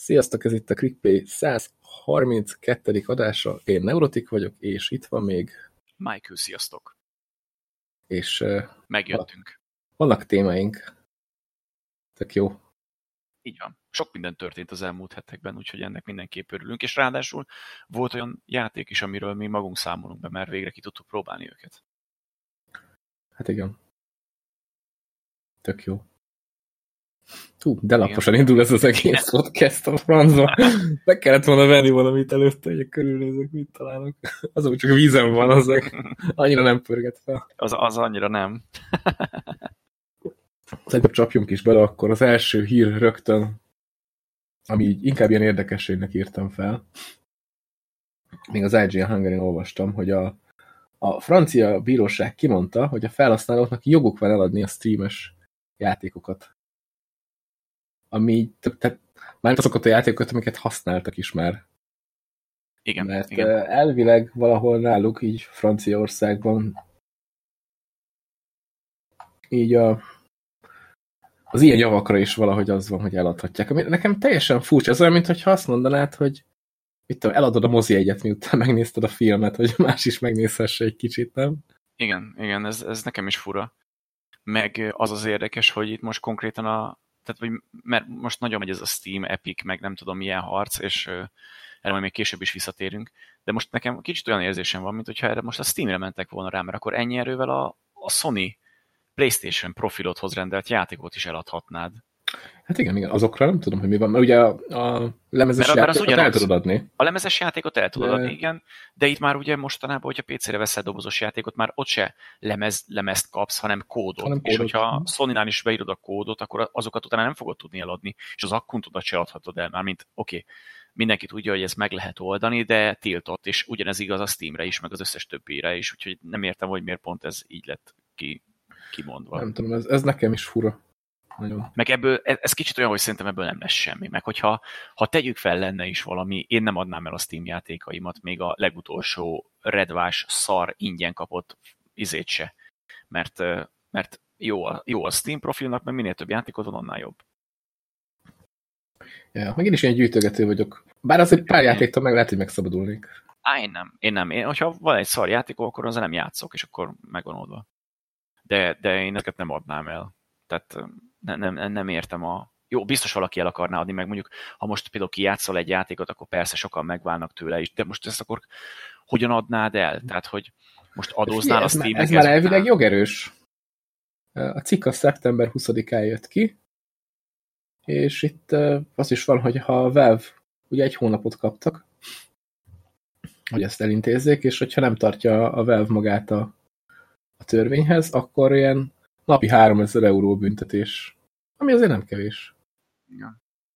Sziasztok, ez itt a ClickPay 132. adása. Én Neurotik vagyok, és itt van még... Michael, sziasztok! És megjöttünk. Vannak témáink. Tök jó. Így van. Sok minden történt az elmúlt hetekben, úgyhogy ennek mindenképp örülünk, és ráadásul volt olyan játék is, amiről mi magunk számolunk be, mert végre ki tudtuk próbálni őket. Hát igen. Tök jó. De laposan indul ez az egész podcast a francba. Meg kellett volna venni valamit előtte, hogy körülnézek, mit találok. Az, hogy csak vízem van, az annyira nem pörget fel. Az annyira nem. Szerintem csapjunk is bele, akkor az első hír rögtön, ami inkább ilyen érdekességnek írtam fel. Még az IGN Hungary-n olvastam, hogy a francia bíróság kimondta, hogy a felhasználóknak joguk van eladni a streames játékokat. Ami, tehát már azokat a játékokat, amiket használtak is már. Igen. Mert igen. Elvileg valahol náluk, így Franciaországban így az ilyen javakra is valahogy az van, hogy eladhatják. Ami nekem teljesen furcsa. Ez olyan, mintha azt mondanád, hogy mit tudom, eladod a mozi egyet, miután megnézted a filmet, hogy más is megnézhesse egy kicsit, nem? Igen, ez nekem is fura. Meg az érdekes, hogy itt most konkrétan mert most nagyon megy ez a Steam, Epic, meg nem tudom milyen harc, és erre majd még később is visszatérünk, de most nekem kicsit olyan érzésem van, mint hogyha erre most a Steamre mentek volna rá, mert akkor ennyi erővel a Sony PlayStation profilodhoz rendelt játékot is eladhatnád. Hát igen, azokra nem tudom, hogy mi van, mert ugye a lemezes játékot el tudod adni. A lemezes játékot el tudod adni, igen, de itt már ugye mostanában, hogyha PC-re veszel dobozos játékot, már ott se lemezt kapsz, hanem kódot. És hogyha Sony-nál is beírod a kódot, akkor azokat utána nem fogod tudni eladni, és az akkuntodat se adhatod el, mármint oké, mindenki tudja, hogy ez meg lehet oldani, de tiltott, és ugyanez igaz a Steamre is, meg az összes többére is, úgyhogy nem értem, hogy miért pont ez így lett kimondva. Nem tudom, ez nekem is fura. Nagyon. Meg ebből, ez kicsit olyan, hogy szerintem ebből nem lesz semmi. Meg hogyha tegyük fel, lenne is valami, én nem adnám el a Steam játékaimat, még a legutolsó redvás szar ingyen kapott izét se. Mert jó a Steam profilnak, mert minél több játékot van, annál jobb. Ja, meg én is ilyen gyűjtögető vagyok. Bár azért pár játéktól meg lehet, hogy megszabadulnék. Én nem. Hogyha van egy szar játékom, akkor azzal nem játszok, és akkor megvan oldva. De én ezeket nem adnám el. Tehát nem értem Jó, biztos valaki el akarná adni, meg mondjuk, ha most például kijátszol egy játékot, akkor persze sokan megválnak tőle is, de most ezt akkor hogyan adnád el? Tehát, hogy most adóznál a Steam-nek? Ez már elvileg jogerős. A cikk a szeptember 20-án jött ki, és itt az is van, hogy ha a Valve ugye 1 hónapot kaptak, hogy ezt elintézzék, és hogyha nem tartja a Valve magát a törvényhez, akkor ilyen napi 3000 euró büntetés. Ami azért nem kevés. Ja.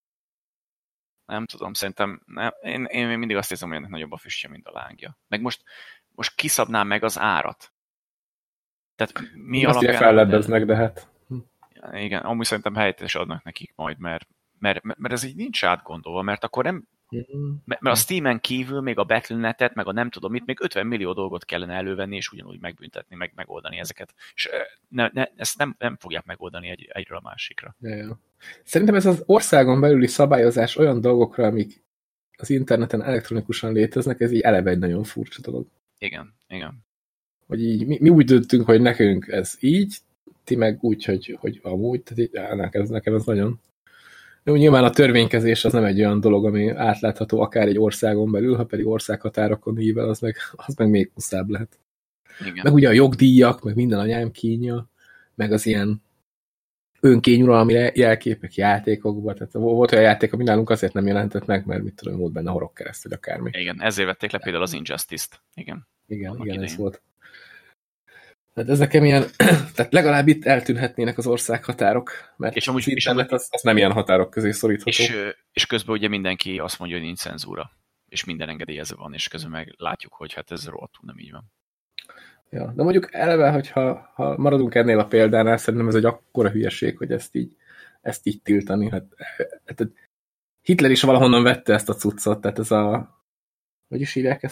Nem tudom, szerintem én mindig azt hiszem, hogy ennek nagyobb a füstje, mint a lángja. Meg most kiszabnám meg az árat. Tehát mi azt alapján... fellebbeznek, de hát... Igen, amúgy szerintem helyett adnak nekik majd, mert ez így nincs átgondolva, mert akkor nem... Mert a Steamen kívül még a Battle.net-et, meg a nem tudom mit, még 50 millió dolgot kellene elővenni, és ugyanúgy megbüntetni, meg megoldani ezeket. És ezt nem fogják megoldani egyről a másikra. Ja. Szerintem ez az országon belüli szabályozás olyan dolgokra, amik az interneten elektronikusan léteznek, ez így eleve egy nagyon furcsa dolog. Igen. Hogy így mi úgy döntünk, hogy nekünk ez így, ti meg úgy, hogy amúgy, tehát nekem ez nagyon... Jó, nyilván a törvénykezés az nem egy olyan dolog, ami átlátható akár egy országon belül, ha pedig országhatárokon ível, az meg még husszább lehet. Igen. Meg ugye a jogdíjak, meg minden anyám kínja, meg az ilyen önkényuralmi jelképek játékokban. Tehát volt olyan játék, ami nálunk azért nem jelentett meg, mert mit tudom, volt benne horogkereszt, vagy akármi. Igen, ezért vették le például az Injustice-t. Igen, ez volt. Tehát ez nekem ilyen, tehát legalább itt eltűnhetnének az országhatárok, mert és amúgy, az nem ilyen határok közé szorítható. És közben ugye mindenki azt mondja, hogy nincs cenzúra, és minden engedélyezve van, és közben meg látjuk, hogy hát ez rohadtul nem így van. Ja, de mondjuk eleve, hogyha maradunk ennél a példánál, szerintem ez egy akkora hülyeség, hogy ezt így tiltani. Hát Hitler is valahonnan vette ezt a cuccot, tehát ez hogy is hívják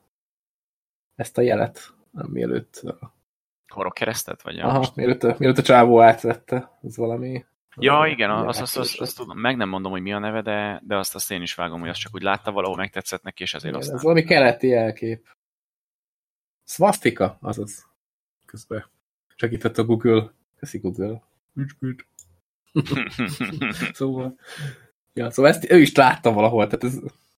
ezt a jelet, mielőtt Horogkeresztet? Vagy aha, mielőtt a csávó átvette, ez valami Ja, igen, azt tudom. Meg nem mondom, hogy mi a neve, de azt én is vágom, hogy azt csak úgy látta, valahol megtetszett neki, és ezért aztán... Ez valami keleti jelkép. Swastika, azaz. Közben segített a Google. Köszi Google. Szóval ezt ő is látta valahol, tehát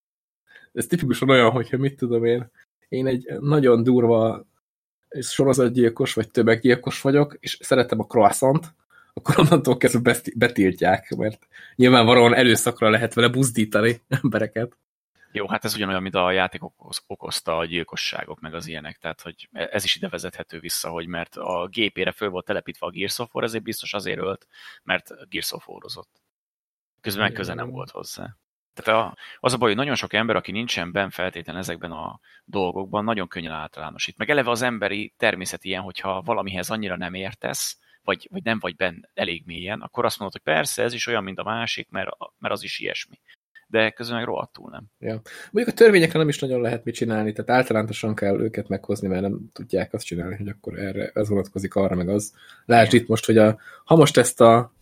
ez tipikusan olyan, hogyha mit tudom én egy nagyon durva sorozatgyilkos, vagy tömeggyilkos vagyok, és szeretem a croissant, akkor onnantól kezdve betiltják, mert nyilvánvalóan erőszakra lehet vele buzdítani embereket. Jó, hát ez ugyanolyan, mint a játék okozta a gyilkosságok, meg az ilyenek, tehát hogy ez is ide vezethető vissza, hogy mert a gépére föl volt telepítve a Gears of War, ezért biztos azért ölt, mert Gears of War-ozott. Közben meg köze nem volt hozzá. Tehát az a baj, hogy nagyon sok ember, aki nincsen benn feltétlenül ezekben a dolgokban, nagyon könnyen általánosít. Meg eleve az emberi természet ilyen, hogyha valamihez annyira nem értesz, vagy nem vagy benn elég mélyen, akkor azt mondod, hogy persze, ez is olyan, mint a másik, mert az is ilyesmi. De közben meg rohadtul nem. Ja. Mondjuk a törvényekre nem is nagyon lehet mit csinálni, tehát általánosan kell őket meghozni, mert nem tudják azt csinálni, hogy akkor erre ez vonatkozik, arra meg az. Lásd itt most, hogy ha most ezt a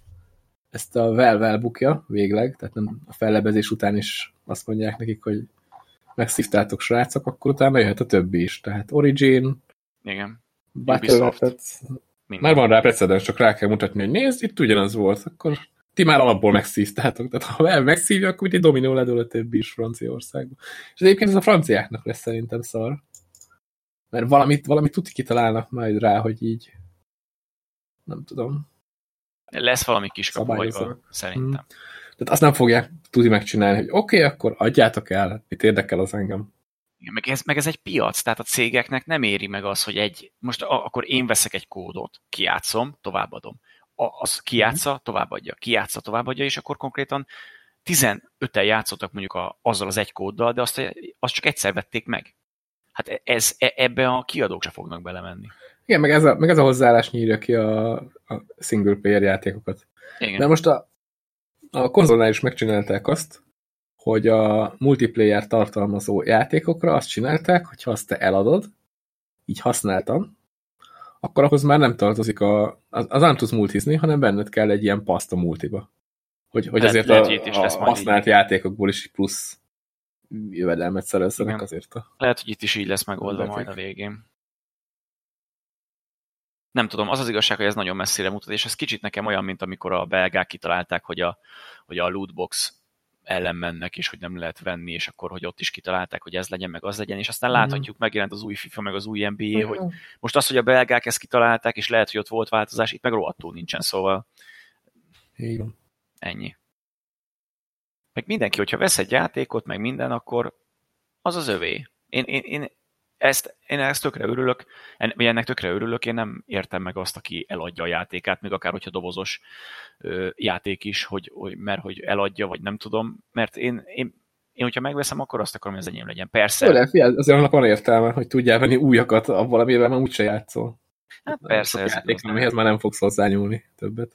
Valve bukja végleg, tehát nem a fellebezés után is azt mondják nekik, hogy megszívtátok srácok, akkor utána jöhet a többi is. Tehát Origin, igen. Battle.net, már van rá precedens, csak rá kell mutatni, hogy nézd, itt ugyanaz volt, akkor ti már alapból megszívtátok. Tehát ha Valve megszívja, akkor itt dominó ledől a többi is Franciaországban. És egyébként ez a franciáknak lesz szerintem szar. Mert valamit tuti kitalálnak majd rá, hogy így nem tudom. Lesz valami kis kapuhajval, szerintem. Tehát azt nem fogják tudni megcsinálni, hogy oké, akkor adjátok el, mit érdekel az engem. Igen, meg ez egy piac, tehát a cégeknek nem éri meg az, hogy most akkor én veszek egy kódot, kijátszom, továbbadom. Az kijátsza, továbbadja, kijátsza, továbbadja, és akkor konkrétan 15-en játszottak mondjuk azzal az egy kóddal, de azt csak egyszer vették meg. Hát ebbe a kiadók se fognak belemenni. Igen, meg ez a hozzáállás nyírja ki a single player játékokat. Igen. De most a konzolnál is megcsinálták azt, hogy a multiplayer tartalmazó játékokra azt csinálták, hogy ha azt te eladod, így használtan, akkor ahhoz már nem tartozik az nem tudsz multizni, hanem benned kell egy ilyen paszt a multiba. Hogy azért a használt játékokból is plusz jövedelmet szerezzenek azért. Lehet, hogy itt is így lesz megoldva majd a végén. Nem tudom, az igazság, hogy ez nagyon messzire mutat, és ez kicsit nekem olyan, mint amikor a belgák kitalálták, hogy a lootbox ellen mennek, és hogy nem lehet venni, és akkor, hogy ott is kitalálták, hogy ez legyen, meg az legyen, és aztán láthatjuk, megjelent az új FIFA, meg az új NBA, hogy most az, hogy a belgák ezt kitalálták, és lehet, hogy ott volt változás, itt meg rohadtul nincsen, szóval igen. Ennyi. Meg mindenki, hogyha vesz egy játékot, meg minden, akkor az az övé. Én ezt tökre örülök, vagy ennek tökre örülök, én nem értem meg azt, aki eladja a játékát, még akár, hogyha dobozos játék is, mert hogy eladja, vagy nem tudom, mert én, hogyha megveszem, akkor azt akarom, hogy ez enyém legyen. Persze. Azért annak van értelme, hogy tudjál venni újakat abban, amivel már úgyse játszol. Hát persze. Ez játék, amihez már nem fogsz hozzányúlni többet.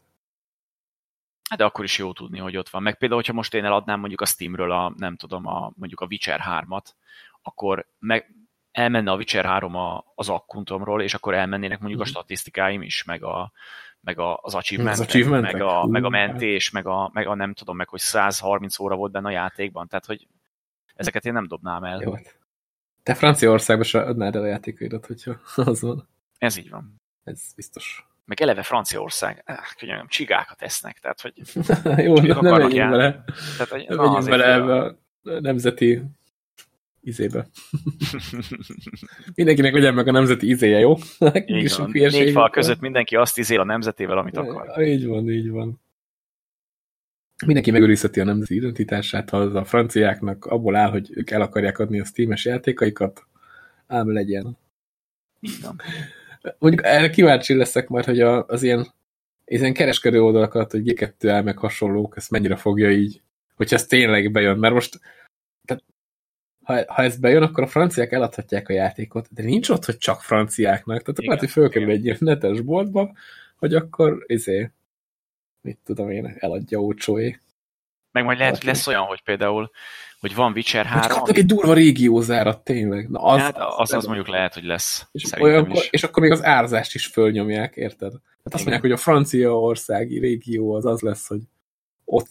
De akkor is jó tudni, hogy ott van. Meg például, hogyha most én eladnám mondjuk a Steamről mondjuk a Witcher 3-at, akkor elmenne a Witcher 3 az akkuntomról, és akkor elmennének mondjuk a statisztikáim is, meg az achievementek, meg a mentés, meg a nem tudom, meg hogy 130 óra volt benne a játékban, tehát hogy ezeket én nem dobnám el. Jó. Te Franciaországban se adnád el a játékaidat, hogyha az van. Ez így van. Ez biztos. Meg eleve Franciaország, könyörgöm, csigákat esznek, tehát hogy jó, nem menjünk bele. Tehát, hogy, nem menjünk bele ebbe a nemzeti izébe. Mindenkinek legyen meg a nemzeti izéje, jó? Így van. 4 fal között mindenki azt izél a nemzetével, amit akar. Így van, így van. Mindenki megőrizheti a nemzeti identitását, ha az a franciáknak abból áll, hogy ők el akarják adni a Steam-es játékaikat, ám legyen. Így van. Mondjuk erre kíváncsi leszek majd, hogy az ilyen kereskedő oldalakat, hogy G2L meg hasonlók, ezt mennyire fogja így, hogyha ez tényleg bejön, mert most tehát, ha ez bejön, akkor a franciák eladhatják a játékot, de nincs ott, hogy csak franciáknak, tehát lehet, hogy fölkerül egy ilyen netes boltba, hogy akkor mit tudom én, eladja olcsóé. Meg majd lehet, hogy lesz olyan, hogy például, Hogy van Witcher 3. Kapnak egy durva régiózárat, tényleg. Na, az mondjuk lehet, hogy lesz. És akkor még az árzást is fölnyomják, érted? Hát azt mondják, hogy a franciaországi régió az lesz, hogy ott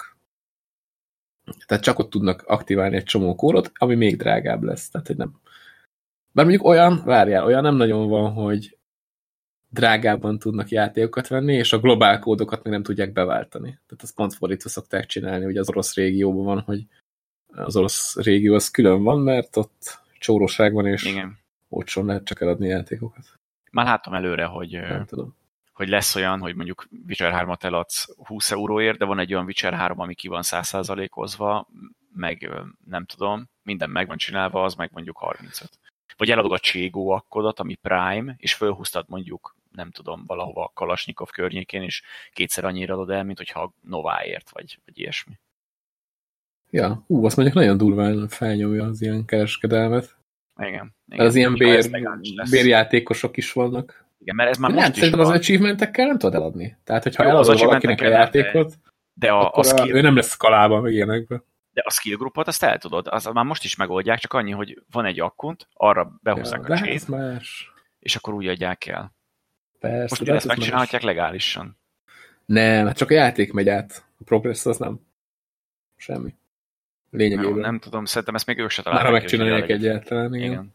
csak ott tudnak aktiválni egy csomó kódot, ami még drágább lesz. Tehát, hogy nem. Bár mondjuk olyan nem nagyon van, hogy drágábban tudnak játékokat venni, és a globál kódokat még nem tudják beváltani. Tehát azt pont fordítva szokták csinálni, hogy az orosz régióban van, hogy az orosz régió az külön van, mert ott csóróság van, és olcsón lehet csak eladni játékokat. Már láttam előre, hogy lesz olyan, hogy mondjuk Witcher 3-at eladsz 20 euróért, de van egy olyan Witcher 3, ami ki van 100%-ozva, meg nem tudom, minden meg van csinálva, az meg mondjuk 35. Vagy eladod a Cségó akkodat, ami Prime, és fölhúztad mondjuk, nem tudom, valahova a Kalasnyikov környékén, és kétszer annyira adod el, mint hogyha Nováért, vagy ilyesmi. Ja, azt mondjuk nagyon durván felnyomja az ilyen kereskedelmet. Igen. Az ilyen bérjátékosok is vannak. Igen, mert ez már most is van. Az achievementekkel nem tudod eladni. Tehát, hogyha eladod valakinek a játékot, akkor ő nem lesz kalában, meg ilyenekben. De a skill groupot azt el tudod, az már most is megoldják, csak annyi, hogy van egy akkont, arra behozzák a csét, és akkor úgy adják el. Persze, most ezt megcsinálhatják legálisan. Nem, csak a játék megy át. A progress az nem. Semmi. Lényegében. Nem tudom, szerintem ezt még ők se találták. Már megcsinálják egyáltalán, igen.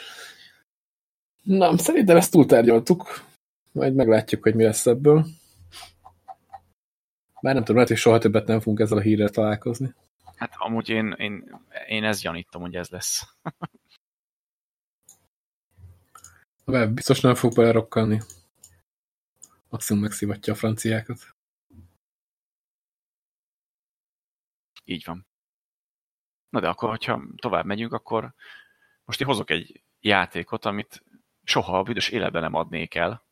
Na, szerintem ezt túltárgyaltuk. Majd meglátjuk, hogy mi lesz ebből. Már nem tudom, lehet, hogy soha többet nem fogunk ezzel a hírrel találkozni. Hát amúgy én ezt gyanítom, hogy ez lesz. A web biztos nem fog belerokkalni. Maximum megszivatja a franciákat. Így van. Na de akkor, hogyha tovább megyünk, akkor most én hozok egy játékot, amit soha a büdös életben nem adnék el.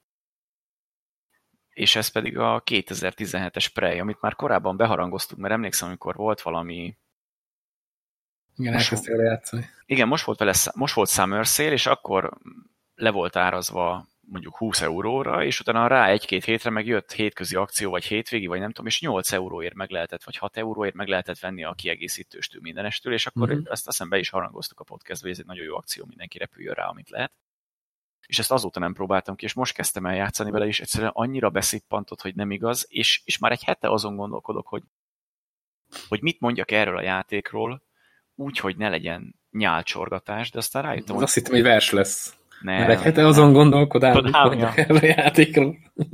És ez pedig a 2017-es Prey, amit már korábban beharangoztuk, mert emlékszem, amikor volt valami... Igen, elkezdtél játszani. Igen, most volt Summer Sale, és akkor le volt árazva mondjuk 20 euróra, és utána rá egy-két hétre meg jött hétközi akció, vagy hétvégi, vagy nem tudom, és 8 euróért meg lehetett, vagy 6 euróért meg lehetett venni a kiegészítőstől mindenestől, és akkor ezt aztán be is harangoztuk a podcastba, hogy ez egy nagyon jó akció, mindenki repüljön rá, amit lehet. És ezt azóta nem próbáltam ki, és most kezdtem el játszani vele, és egyszerűen annyira beszippantott, hogy nem igaz, és már egy hete azon gondolkodok, hogy mit mondjak erről a játékról, úgy, hogy ne legyen nyálcsorgatás, de aztán rájöttem, hogy... Azt hittem, hogy vers lesz. Nem. Egy hete azon gondolkodál, hogy mondjak erről a játékról.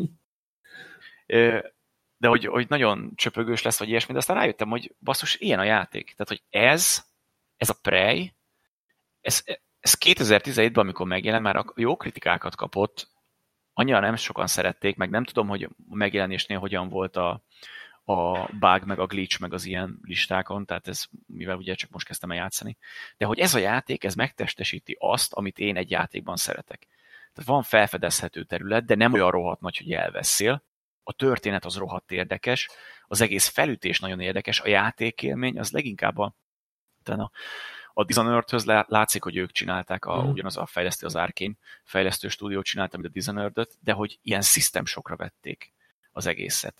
De hogy nagyon csöpögős lesz, vagy ilyesmi, de aztán rájöttem, hogy basszus, ilyen a játék. Tehát, hogy ez a Prey, ez 2017-ben, amikor megjelent, már jó kritikákat kapott, annyira nem sokan szerették, meg nem tudom, hogy a megjelenésnél hogyan volt a bug, meg a glitch, meg az ilyen listákon, tehát ez, mivel ugye csak most kezdtem el játszani. De hogy ez a játék, ez megtestesíti azt, amit én egy játékban szeretek. Tehát van felfedezhető terület, de nem olyan rohadt nagy, hogy elveszél. A történet az rohadt érdekes, az egész felütés nagyon érdekes, a játékélmény az leginkább a Dishonored-höz látszik, hogy ők csinálták, ugyanaz a fejlesztő, az Arkane fejlesztő stúdió csinálta, mint a Dishonored-öt, de hogy ilyen system shockra vették az egészet.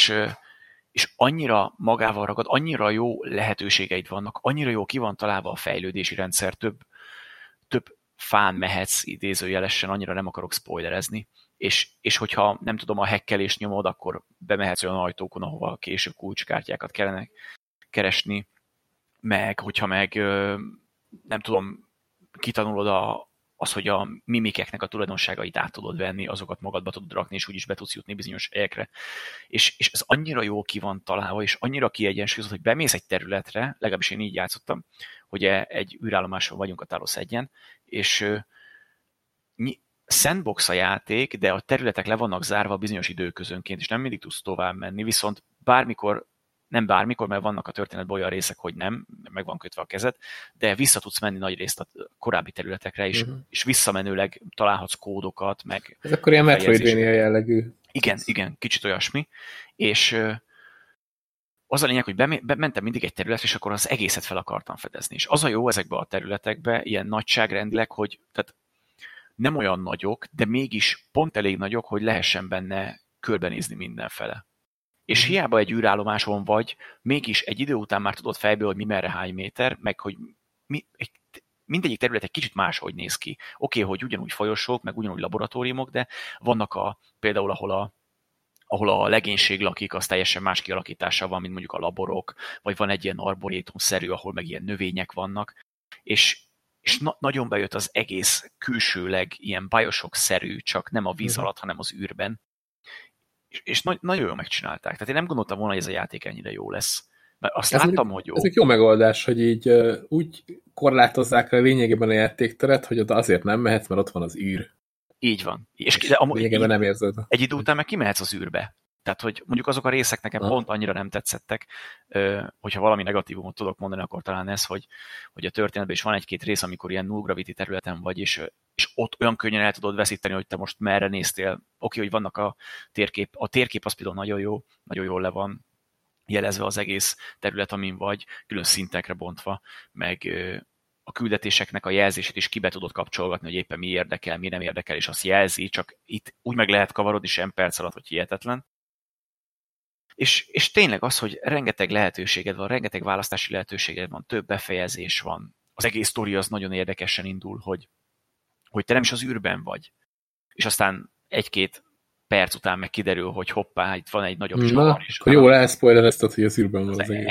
És annyira magával ragad, annyira jó lehetőségeid vannak, annyira jó ki van találva a fejlődési rendszer, több fán mehetsz idézőjelesen, annyira nem akarok spoilerezni, és hogyha nem tudom, a hekkelést nyomod, akkor bemehetsz olyan ajtókon, ahova később kulcskártyákat kellene keresni, meg hogyha meg nem tudom, kitanulod az, hogy a mimikeknek a tulajdonságait át tudod venni, azokat magadba tudod rakni, és úgyis be tudsz jutni bizonyos helyekre. És ez annyira jó ki van találva, és annyira kiegyensúlyozott, hogy bemész egy területre, legalábbis én így játszottam, hogy egy űrállomáson vagyunk a Talos 1-en, és sandbox a játék, de a területek le vannak zárva bizonyos időközönként, és nem mindig tudsz tovább menni, viszont nem bármikor, mert vannak a történetben olyan részek, hogy nem, meg van kötve a kezed, de vissza tudsz menni nagy részt a korábbi területekre, és visszamenőleg találhatsz kódokat, meg... Ez akkor ilyen Metroidvania jellegű. Igen, kicsit olyasmi, és az a lényeg, hogy bementem mindig egy területre, és akkor az egészet fel akartam fedezni. És az a jó ezekbe a területekbe, ilyen nagyságrendileg, hogy tehát nem olyan nagyok, de mégis pont elég nagyok, hogy lehessen benne körbenézni mindenfele. És hiába egy űrállomáson vagy, mégis egy idő után már tudod fejből, hogy mi merre hány méter, meg hogy mindegyik terület egy kicsit máshogy néz ki. Oké, hogy ugyanúgy folyosók, meg ugyanúgy laboratóriumok, de vannak például, ahol a legénység lakik, az teljesen más kialakítása van, mint mondjuk a laborok, vagy van egy ilyen arborétum-szerű, ahol meg ilyen növények vannak, és nagyon bejött az egész külsőleg ilyen Bioshock-szerű, csak nem a víz alatt, hanem az űrben. És nagyon jól megcsinálták. Tehát én nem gondoltam volna, hogy ez a játék ennyire jó lesz. Mert azt láttam, hogy jó. Ez egy jó megoldás, hogy így úgy korlátozzák le lényegében a játékteret, hogy oda azért nem mehetsz, mert ott van az űr. Így van. És lényegében nem érzed. Egy idő után meg kimehetsz az űrbe. Tehát, hogy mondjuk azok a részek nekem pont annyira nem tetszettek, hogyha valami negatívumot tudok mondani, akkor talán ez, hogy a történetben is van egy-két rész, amikor ilyen null gravity területen vagy, és ott olyan könnyen el tudod veszíteni, hogy te most merre néztél. Oké, hogy vannak a térkép az például nagyon jól le van jelezve az egész terület, amin vagy, külön szintekre bontva, meg a küldetéseknek a jelzését is kibe tudod kapcsolgatni, hogy éppen mi érdekel, mi nem érdekel, és azt jelzi, csak itt úgy meg lehet kavarodni sem perc alatt, hogy hihetetlen. És tényleg az, hogy rengeteg lehetőséged van, rengeteg választási lehetőséged van, több befejezés van. Az egész sztori az nagyon érdekesen indul, hogy te nem is az űrben vagy. És aztán egy-két perc után meg kiderül, hogy hoppá, itt van egy nagyobb csavar. Akkor jól elszpoilerezted, hogy az űrben van az egész.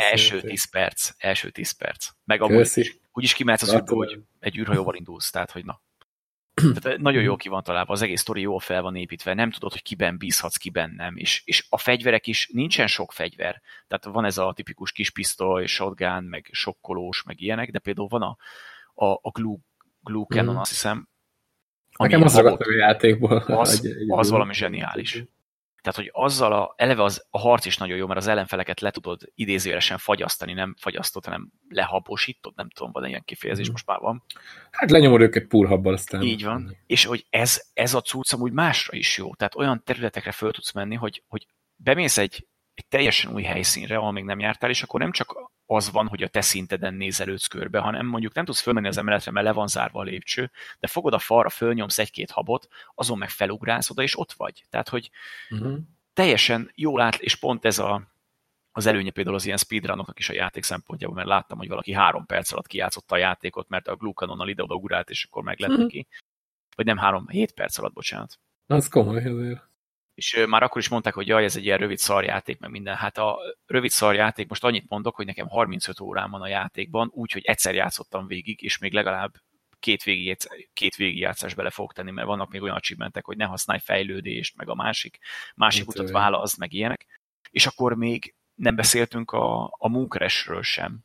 Első 10 perc. Meg amúgy úgyis kimehetsz az űrből, hogy egy űrhajóval indulsz, tehát hogy na. Tehát nagyon jó ki van találva, az egész sztori jól fel van építve, nem tudod, hogy kiben bízhatsz, kiben nem, és a fegyverek is, nincsen sok fegyver, tehát van ez a tipikus kis pisztoly, shotgun, meg sokkolós, meg ilyenek, de például van a glue cannon, azt hiszem. Nekem az ragadt a játékból. Az valami zseniális. Tehát, hogy azzal eleve a harc is nagyon jó, mert az ellenfeleket le tudod idézőjelesen fagyasztani, nem fagyasztod, hanem lehabosítod, nem tudom, van ilyen kifejezés, most már van. Hát lenyomod őket purhabbal aztán. Így van. És hogy ez a cucc amúgy másra is jó. Tehát olyan területekre föl tudsz menni, hogy bemész egy teljesen új helyszínre, ahol még nem jártál, és akkor nem csak az van, hogy a te szinteden nézelődsz körbe, hanem mondjuk nem tudsz fölmenni az emeletre, mert le van zárva a lépcső, de fogod a falra, fölnyomsz egy-két habot, azon meg felugrálsz oda, és ott vagy. Tehát, hogy teljesen jól át, és pont ez az előnye például az ilyen speedrunoknak is a játék szempontjából, mert láttam, hogy valaki 3 perc alatt kijátszotta a játékot, mert a glue cannonnal ide-oda ugrált, és akkor meg lett neki. Vagy nem 7 perc alatt, bocsánat. Az komoly azért. És már akkor is mondták, hogy jaj, ez egy ilyen rövid szarjáték, meg minden. Hát a rövid szarjáték, most annyit mondok, hogy nekem 35 órám van a játékban, úgyhogy egyszer játszottam végig, és még legalább két végigjátszás bele fogok tenni, mert vannak még olyan achievementek, hogy ne használj fejlődést, meg a másik utat válaszd, meg ilyenek. És akkor még nem beszéltünk a Mooncrashről sem,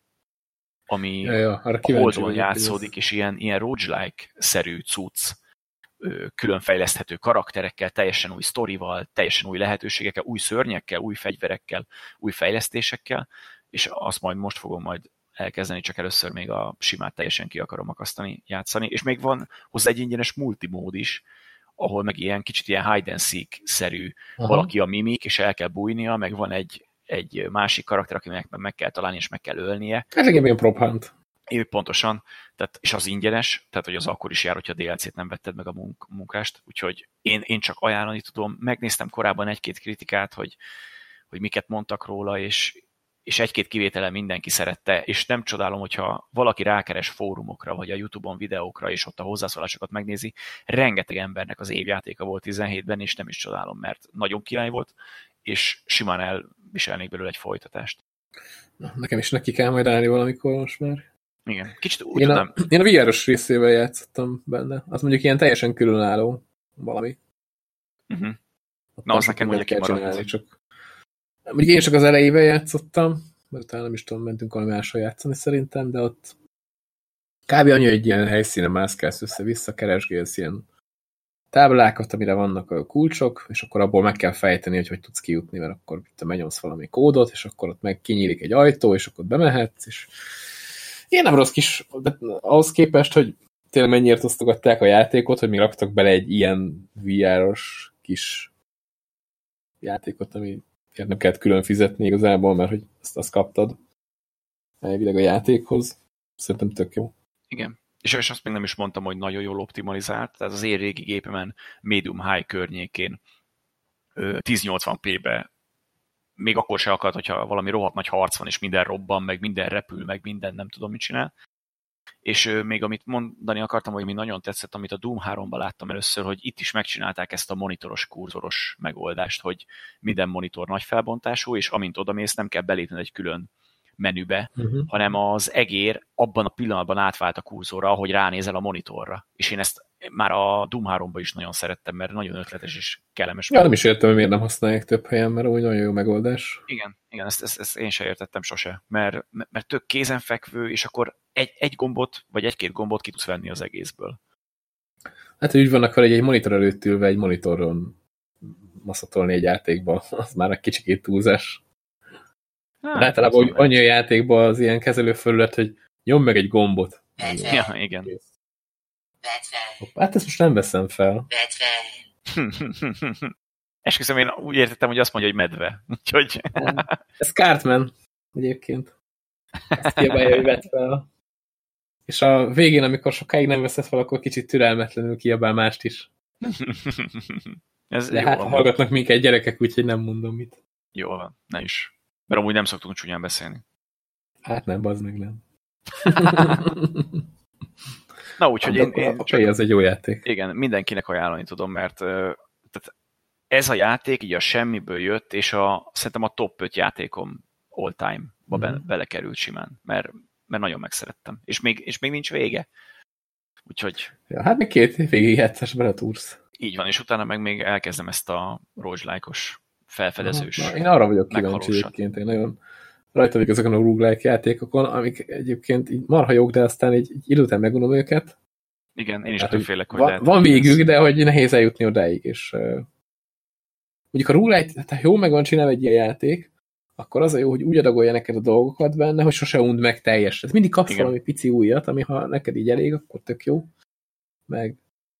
ami a Holdon játszódik, és ilyen roguelike-szerű cucc, külön fejleszthető karakterekkel, teljesen új sztorival, teljesen új lehetőségekkel, új szörnyekkel, új fegyverekkel, új fejlesztésekkel, és azt most fogom majd elkezdeni, csak először még a simát teljesen ki akarom akasztani, játszani, és még van hozzá egy ingyenes multimód is, ahol meg kicsit ilyen hide and seek-szerű valaki a mimik, és el kell bújnia, meg van egy másik karakter, akinek meg kell találni, és meg kell ölnie. Ez egy ilyen prop hunt. Pontosan, tehát, és az ingyenes, tehát hogy az akkor is jár, hogyha a DLC-t nem vetted meg a munkást, úgyhogy én csak ajánlani tudom. Megnéztem korábban egy-két kritikát, hogy miket mondtak róla, és egy-két kivétele mindenki szerette, és nem csodálom, hogyha valaki rákeres fórumokra, vagy a YouTube-on videókra, és ott a hozzászólásokat megnézi, rengeteg embernek az évjátéka volt 17-ben, és nem is csodálom, mert nagyon király volt, és simán elviselnék belőle egy folytatást. Nekem is neki kell majd állni valamikor most már. Igen, kicsit úgy én a VR-os részével játszottam benne. Az mondjuk ilyen teljesen különálló valami. Na, az nekem ugye kimaradt. Csak... Mondjuk én csak az elejével játszottam, mert utána nem is tudom, mentünk valami máshol játszani szerintem, de ott kb. Annyi, hogy egy ilyen helyszínen mászkálsz össze-vissza, keresgélsz ilyen táblákat, amire vannak a kulcsok, és akkor abból meg kell fejteni, hogy tudsz kijutni, mert akkor te megnyomsz valami kódot, és akkor ott meg kinyílik egy ajtó, és akkor bemehetsz, és ilyen nem rossz kis, de ahhoz képest, hogy tényleg mennyiért osztogatták a játékot, hogy még raktak bele egy ilyen VR-os kis játékot, ami nem kellett külön fizetni igazából, mert hogy azt kaptad elvileg a játékhoz. Szerintem tök jó. Igen. És azt még nem is mondtam, hogy nagyon jól optimalizált. Tehát az én régi gépemen medium high környékén 1080p-be még akkor se akart, hogyha valami rohadt nagy harc van, és minden robban, meg minden repül, meg minden nem tudom, mit csinál. És még amit mondani akartam, hogy mi nagyon tetszett, amit a Doom 3-ban láttam először, hogy itt is megcsinálták ezt a monitoros, kurzoros megoldást, hogy minden monitor nagy felbontású, és amint odamész, nem kell belépned egy külön menübe, hanem az egér abban a pillanatban átvált a kurzorra, ahogy ránézel a monitorra. És én ezt már a Doom 3-ban is nagyon szerettem, mert nagyon ötletes és kellemes. Ja, nem is értem, hogy miért nem használják több helyen, mert úgy nagyon jó megoldás. Igen, ezt én sem értettem sose, mert tök kézenfekvő, és akkor egy gombot, vagy egy-két gombot ki tudsz venni az egészből. Hát, hogy úgy vannak vele, egy monitor előtt ülve egy monitoron maszatolni egy játékba, az már egy kicsikét túlzás. Általában annyi a játékban az ilyen kezelőfelület, hogy nyom meg egy gombot. Ja, igen. Hát ezt most nem veszem fel. Esküszöm, én úgy értettem, hogy azt mondja, hogy medve. Úgyhogy... Ez Cartman egyébként. Ezt kiabálja, hogy vett fel. És a végén, amikor sokáig nem veszed fel, akkor kicsit türelmetlenül kiabál mást is. De hát hallgatnak minket gyerekek, úgyhogy nem mondom mit. Jó van, ne is. Mert amúgy nem szoktunk csúnyán beszélni. Hát nem, bazd meg nem. Na úgyhogy én az egy jó játék. Igen, mindenkinek ajánlani tudom, mert tehát ez a játék így a semmiből jött, és szerintem a top 5 játékom all time-ba belekerült simán, mert nagyon megszerettem. És még nincs vége. Úgyhogy... Ja, hát még 2 végig játszás beletúrsz. Így van, és utána meg még elkezdem ezt a roguelike-os felfedezős. Én arra vagyok kíváncsi egyébként, én nagyon rajta vagyok ezeken a roguelike játékokon, amik egyébként így marha jók, de aztán egy idő után megunom őket. Igen, én is attól félek, hogy van végük, de hogy nehéz eljutni odáig, és mondjuk a roguelike, tehát jó meg van csinálva egy ilyen játék, akkor az a jó, hogy úgy adagolja neked a dolgokat benne, hogy sose und meg teljesen. Tehát mindig kapsz valami pici újat, ami ha neked így elég, akkor tök jó. Meg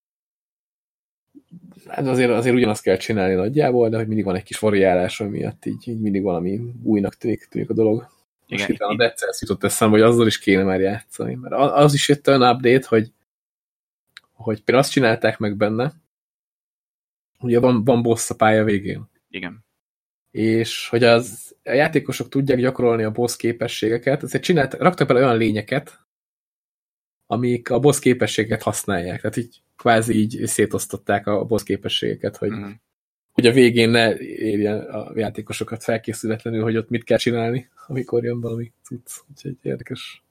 hát azért ugyanazt kell csinálni nagyjából, de hogy mindig van egy kis variálás, ami miatt így mindig valami újnak tűnik a dolog. Most itt a Dead Cells jutott eszembe, hogy azzal is kéne már játszani. Mert az is jött olyan update, hogy például azt csinálták meg benne, ugye van boss a pálya végén. Igen. És hogy a játékosok tudják gyakorolni a boss képességeket, ezért raktak bele olyan lényeket, amik a boss képességeket használják. Tehát így kvázi így szétosztották a boss képességeket, hogy a végén ne érjen a játékosokat felkészületlenül, hogy ott mit kell csinálni, amikor jön valami cucc. Úgyhogy érdekes.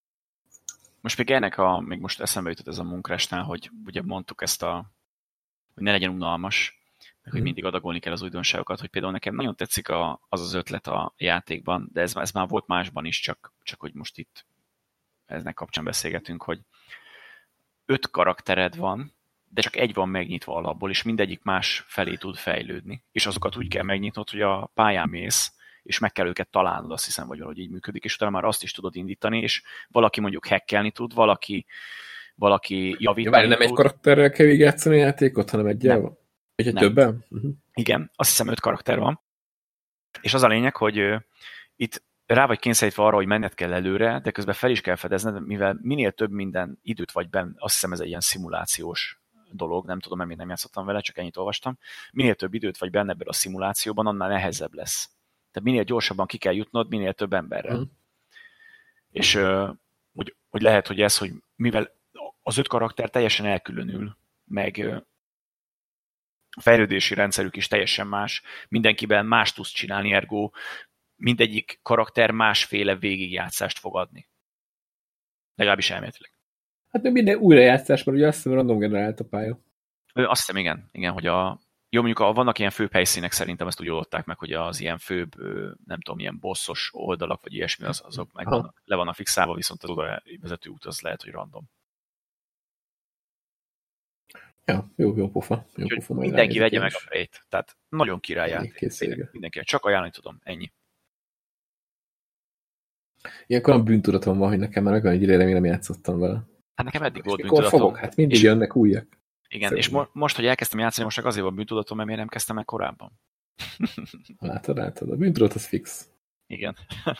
Most még még most eszembe jutott ez a Munkrásnál, hogy ugye mondtuk ezt hogy ne legyen unalmas, meg hogy mindig adagolni kell az újdonságokat, hogy például nekem nagyon tetszik az ötlet a játékban, de ez már volt másban is, csak hogy most itt eznek kapcsán beszélgetünk, hogy 5 karaktered van, de csak egy van megnyitva alapból, és mindegyik más felé tud fejlődni. És azokat úgy kell megnyitnod, hogy a pályán mész, és meg kell őket találnod, azt hiszem, vagy valahogy így működik, és utána már azt is tudod indítani, és valaki mondjuk hackelni tud, valaki javítani tud. Nem egy karakterrel kell végigjátszani a játékot, hanem egyel? Egy többen? Igen, azt hiszem 5 karakter van. És az a lényeg, hogy itt rá vagy kényszerítve arra, hogy menned kell előre, de közben fel is kell fedezned, mivel minél több minden időt vagy benne, azt hiszem ez egy ilyen szimulációs dolog, nem tudom, mert még nem játszottam vele, csak ennyit olvastam. Minél több időt vagy benne ebben a szimulációban, annál nehezebb lesz. Tehát minél gyorsabban ki kell jutnod, minél több emberrel. És hogy lehet, hogy ez, hogy mivel az 5 karakter teljesen elkülönül, meg a fejlődési rendszerük is teljesen más, mindenkiben más tudsz csinálni, ergo mindegyik karakter másféle végigjátszást fog adni. Legalábbis elméletileg. Hát még minden újrajátszás, mert ugye azt hiszem random generált a pálya. Azt hiszem, igen, hogy jó, mondjuk vannak ilyen főbb helyszínek, szerintem ezt úgy oldották meg, hogy az ilyen főbb, nem tudom, ilyen bosszos oldalak, vagy ilyesmi, azok meg le vannak fixálva, viszont az oda vezető út az lehet, hogy random. Ja, jó pofa. Mindenki vegye meg a fejét. Tehát nagyon király játék. Mindenki. Csak ajánlani tudom. Ennyi. Ilyenkor a bűntudatom van, hogy nekem már olyan egy ideje nem játszottam vele. Hát nekem eddig volt bűntudatom. Fogok? Hát mindig jönnek újak. Igen, szerintem. És most, hogy elkezdtem játszani, most csak azért van bűntudatom, mert miért nem kezdtem el korábban. Látod, a bűntudat az fix. Igen.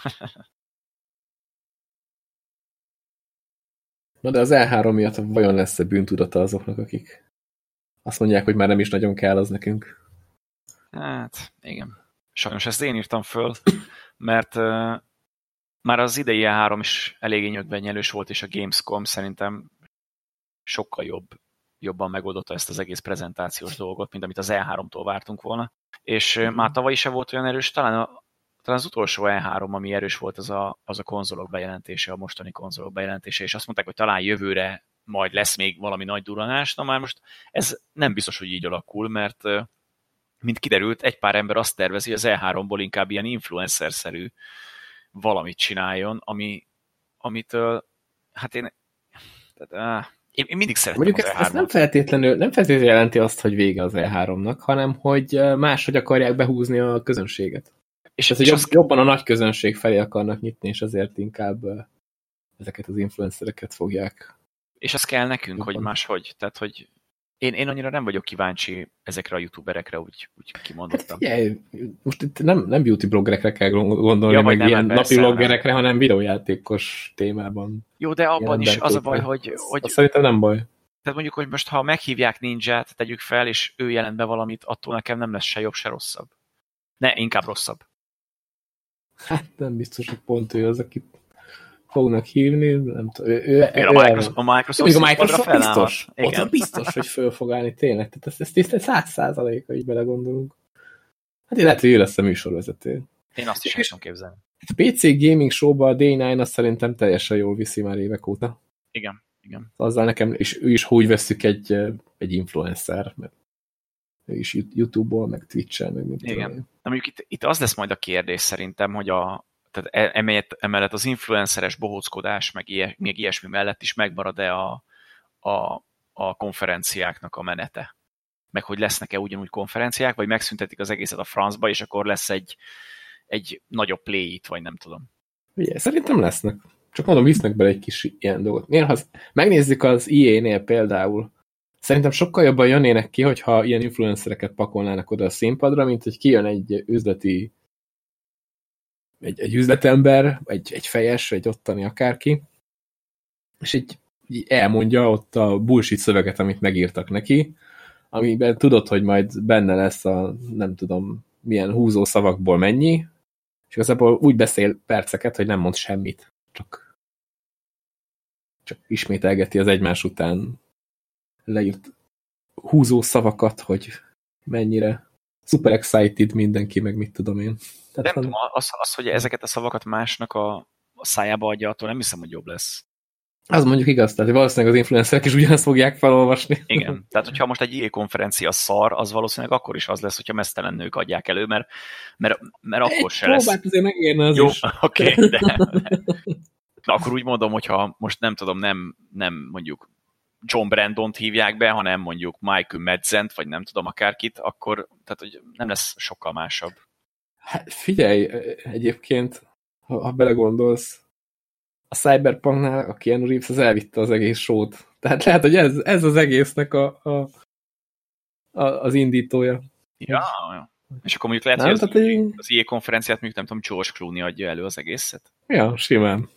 Na de az E3 miatt vajon lesz-e bűntudata azoknak, akik azt mondják, hogy már nem is nagyon kell az nekünk? Hát, igen. Sajnos ezt én írtam föl, mert már az idei E3 is eléggé nyögvenyelős volt, és a Gamescom szerintem sokkal jobban megoldotta ezt az egész prezentációs dolgot, mint amit az E3-tól vártunk volna. És már tavaly is volt olyan erős, talán az utolsó E3, ami erős volt, az a konzolok bejelentése, a mostani konzolok bejelentése, és azt mondták, hogy talán jövőre majd lesz még valami nagy durranás. Na már most ez nem biztos, hogy így alakul, mert mint kiderült, egy pár ember azt tervezi, hogy az E3-ból inkább ilyen influencer-szerű valamit csináljon, amitől, hát én mindig szeretem mondjuk az E3-ot. ez nem feltétlenül jelenti azt, hogy vége az E3-nak, hanem hogy máshogy akarják behúzni a közönséget. És ez, hogy jobban a nagy közönség felé akarnak nyitni, és ezért inkább ezeket az influencereket fogják. És az kell nekünk, jobban. Hogy máshogy. Tehát, hogy én annyira nem vagyok kíváncsi ezekre a youtuberekre, úgy kimondottam. Hát, most itt nem beauty bloggerekre kell gondolni, meg ilyen napi bloggerekre, hanem videójátékos témában. Jó, de abban is az a baj, hogy szerintem nem baj. Tehát mondjuk, hogy most ha meghívják Ninját, tegyük fel, és ő jelent be valamit, attól nekem nem lesz se jobb, se rosszabb. Ne, inkább rosszabb. Hát nem biztos, hogy pont ő az, aki fognak hívni, nem tudom. A Microsoft biztos. Ott biztos, hogy föl fog állni tényleg. Tehát ezt tisztán 100%-a így belegondolunk. Hát én lehet, hogy ő lesz a műsorvezető. Én azt is el tudom képzelni. A PC Gaming Show-ba a D9 azt szerintem teljesen jól viszi már évek óta. Igen. Azzal nekem, és ő is úgy veszük egy influencer, mert ő is YouTube-ból, meg Twitch-el, meg mint igen. Na mondjuk itt az lesz majd a kérdés szerintem, hogy tehát emellett az influenceres bohóckodás, meg ilyesmi mellett is megmarad-e a konferenciáknak a menete. Meg hogy lesznek-e ugyanúgy konferenciák, vagy megszüntetik az egészet a francba, és akkor lesz egy nagyobb play-it, vagy nem tudom. Ugye, szerintem lesznek. Csak mondom, visznek bele egy kis ilyen dolgot. Miért, ha megnézzük az EA-nél például, szerintem sokkal jobban jönnének ki, hogyha ilyen influencereket pakolnának oda a színpadra, mint hogy kijön egy üzleti egy üzletember, egy fejes, egy ottani akárki, és így elmondja ott a bullshit szöveget, amit megírtak neki, amiben tudod, hogy majd benne lesz a nem tudom milyen húzó szavakból mennyi, és igazából úgy beszél perceket, hogy nem mond semmit, csak ismételgeti az egymás után leírt húzó szavakat, hogy mennyire super excited mindenki, meg mit tudom én. Tehát nem tudom, az, hogy ezeket a szavakat másnak a szájába adja, attól nem hiszem, hogy jobb lesz. Az mondjuk igaz, tehát valószínűleg az influencerek is ugyanezt fogják felolvasni. Igen, tehát hogyha most egy EA konferencia szar, az valószínűleg akkor is az lesz, hogyha mesztelen nők adják elő, mert akkor se lesz. Próbált azért megérni az jó, is. Oké, de akkor úgy mondom, hogyha most nem tudom, nem mondjuk John Brandont hívják be, hanem mondjuk Michael Madzent, vagy nem tudom akárkit, akkor tehát, hogy nem lesz sokkal másabb. Hát figyelj, egyébként, ha belegondolsz, a Cyberpunknál a Keanu Reeves az elvitte az egész show-t. Tehát lehet, hogy ez az egésznek az indítója. Ja. És akkor mondjuk lehet, nem, hogy az EA konferenciát mondjuk nem tudom, George Clooney adja elő az egészet. Ja, simán.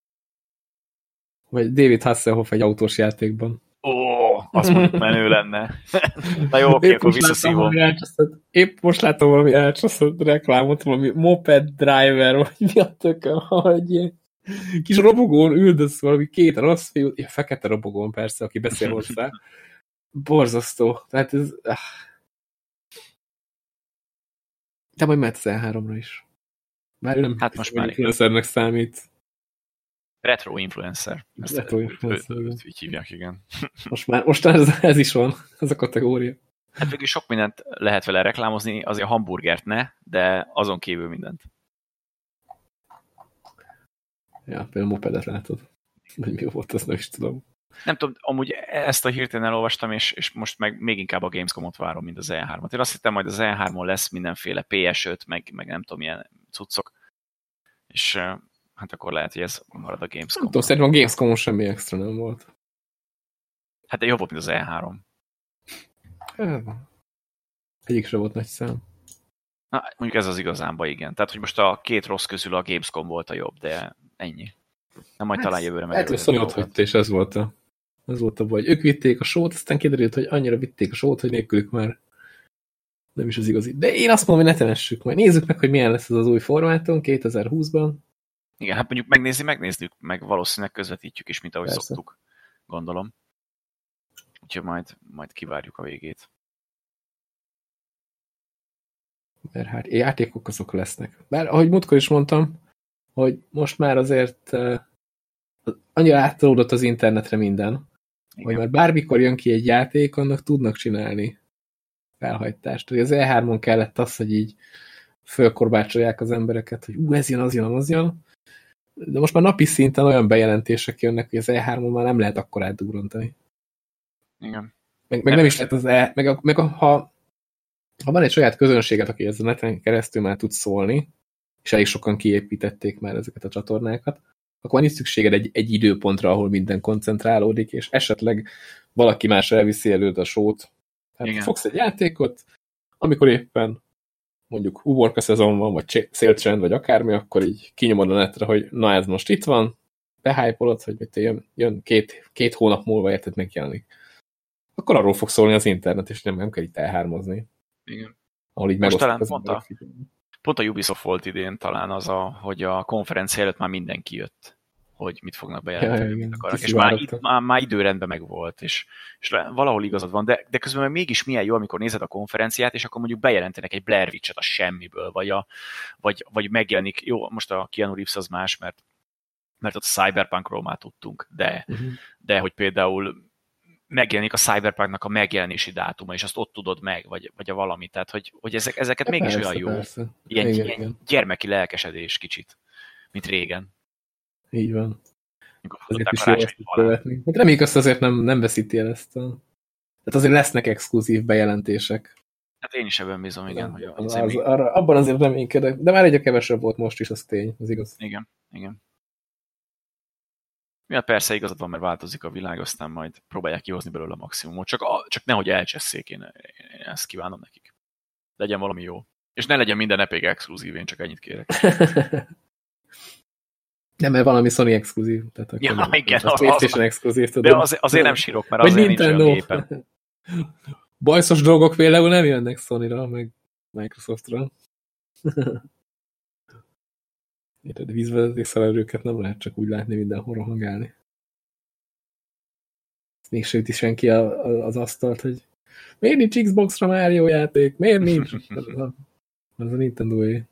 Vagy David Hasselhoff egy autós játékban. Az mondjuk menő lenne. Na jó, oké, akkor visszaszívom. Épp most látom valami elcsaszott reklámot, valami Moped Driver, vagy mi a tököm, hogy ilyen kis robogón üldöz valami két rossz fiú, fekete robogón persze, aki beszél hozzá. Borzasztó. Tehát ez... De majd mehetsz E3-ra is. Bár nem hát most már influencernek számít. Retro influencer. Retro influencer. Így hívják, igen. Most ez is van, ez a kategória. Hát végül sok mindent lehet vele reklámozni, azért a hamburgert ne, de azon kívül mindent. Ja, például mopedet látod. Vagy mi volt, azt nem is tudom. Nem tudom, amúgy ezt a hírt én elolvastam, és most meg még inkább a Gamescom-ot várom, mint az E3-ot. Én azt hittem, majd az E3-on lesz mindenféle PS5, meg nem tudom, ilyen cuccok. És hát akkor lehet, hogy ez marad a Gamescom. Nem tudom, szerintem a Gamescom-on semmi extra nem volt. Hát de jobb volt, mint az E3. Egyik sem volt nagy szám. Na, mondjuk ez az igazánban igen. Tehát, hogy most a két rossz közül a Gamescom volt a jobb, de ennyi. Nem majd talán jövőre meg. Hát Sony ott hagyta, és ez volt a baj. Ők vitték a show-t, aztán kiderült, hogy annyira vitték a show-t, hogy nélkülük már Nem is az igazi. De én azt mondom, hogy ne temessük majd. Nézzük meg, hogy milyen lesz ez az új formátum 2020-ban. Igen, hát mondjuk megnézzük, meg valószínűleg közvetítjük is, mint ahogy Persze. Szoktuk, gondolom. Úgyhogy majd kivárjuk a végét. Mert hát játékok azok lesznek. Bár ahogy múltkor is mondtam, hogy most már azért annyira áttolódott az internetre minden, igen. Hogy már bármikor jön ki egy játék, annak tudnak csinálni felhajtást. Az E3-on kellett az, hogy így fölkorbácsolják az embereket, hogy ez jön, az jön. De most már napi szinten olyan bejelentések jönnek, hogy az E3-on már nem lehet akkor átdurrantani. Igen. Meg nem is lehet az ha van egy saját közönséget, aki ezzel neten keresztül már tud szólni, és elég sokan kiépítették már ezeket a csatornákat, akkor van is szükséged egy időpontra, ahol minden koncentrálódik, és esetleg valaki más elviszi előd a sót. Hát fogsz egy játékot, amikor éppen mondjuk uborka szezon van, vagy széltrend, vagy akármi, akkor így kinyomod a netre, hogy na ez most itt van, behypolod, hogy jön két hónap múlva érted megjelenik. Akkor arról fog szólni az internet, és nem kell itt elhármozni. Igen. Ahol így most talán pont a Ubisoft volt idén talán az, hogy a konferencia előtt már mindenki jött, hogy mit fognak bejelenteni, mit akarnak. És már időrendben megvolt, és valahol igazad van, de közben meg mégis milyen jó, amikor nézed a konferenciát, és akkor mondjuk bejelentenek egy Blair Witch-et a semmiből, vagy megjelenik, jó, most a Keanu Reeves az más, mert ott a Cyberpunkról már tudtunk, de hogy például megjelenik a Cyberpunknak a megjelenési dátuma, és azt ott tudod meg, vagy a valami. Tehát, hogy ezeket mégis olyan jó. Persze. Ilyen gyermeki lelkesedés kicsit, mint régen. Így van. Azért is jó ezt követni. Hát reméljük azt azért nem veszíti el ezt Tehát azért lesznek exkluzív bejelentések. Hát én is ebben bízom, igen. Hogy abban azért reménykedek. De már egyre kevesebb volt most is, az tény, az igaz. Igen. Ja, persze igazad van, mert változik a világ, aztán majd próbálják kihozni belőle a maximumot. Csak nehogy elcsesszék, én ezt kívánom nekik. Legyen valami jó. És ne legyen minden Epic exkluzív, én csak ennyit kérek. Nem, mert valami Sony exkluzív. Tehát igen. A PlayStation exkluzív, tudom. De azért nem sírok, mert azért nincs olyan gépen. Bajszos dolgok például nem jönnek Sony-ra, meg Microsoftra. Érted, vízvezetékszerelőket nem lehet csak úgy látni mindenhol rohangálni. Mégsem üti senki az asztalt, hogy miért nincs Xbox-ra Mario játék? Miért nincs? Az a Nintendo-é.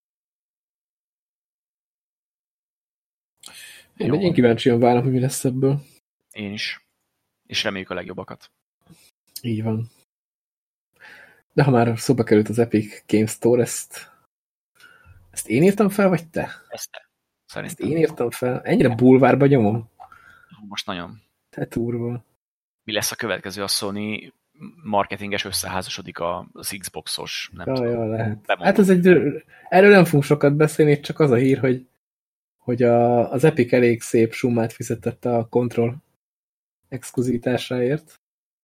Én kíváncsian várom, hogy mi lesz ebből. Én is. És reméljük a legjobbakat. Így van. De ha már szóba került az Epic Games Store, ezt én írtam fel, vagy te? Ezt én írtam fel. Ennyire bulvárba nyomom? Most nagyon. Te turva. Mi lesz a következő? A Sony marketinges összeházasodik az Xbox-os, nem tudom. Lehet. Hát erről nem fogunk sokat beszélni, csak az a hír, hogy az Epic elég szép summát fizetett a Control exkluzivitásáért.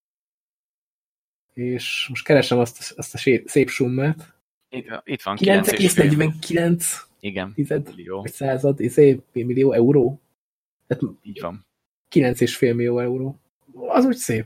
És most keresem azt a szép summát. Itt van 9,49 igen, millió. Vagy század, millió euró. Tehát így van. 9,5 millió euró. Az úgy szép.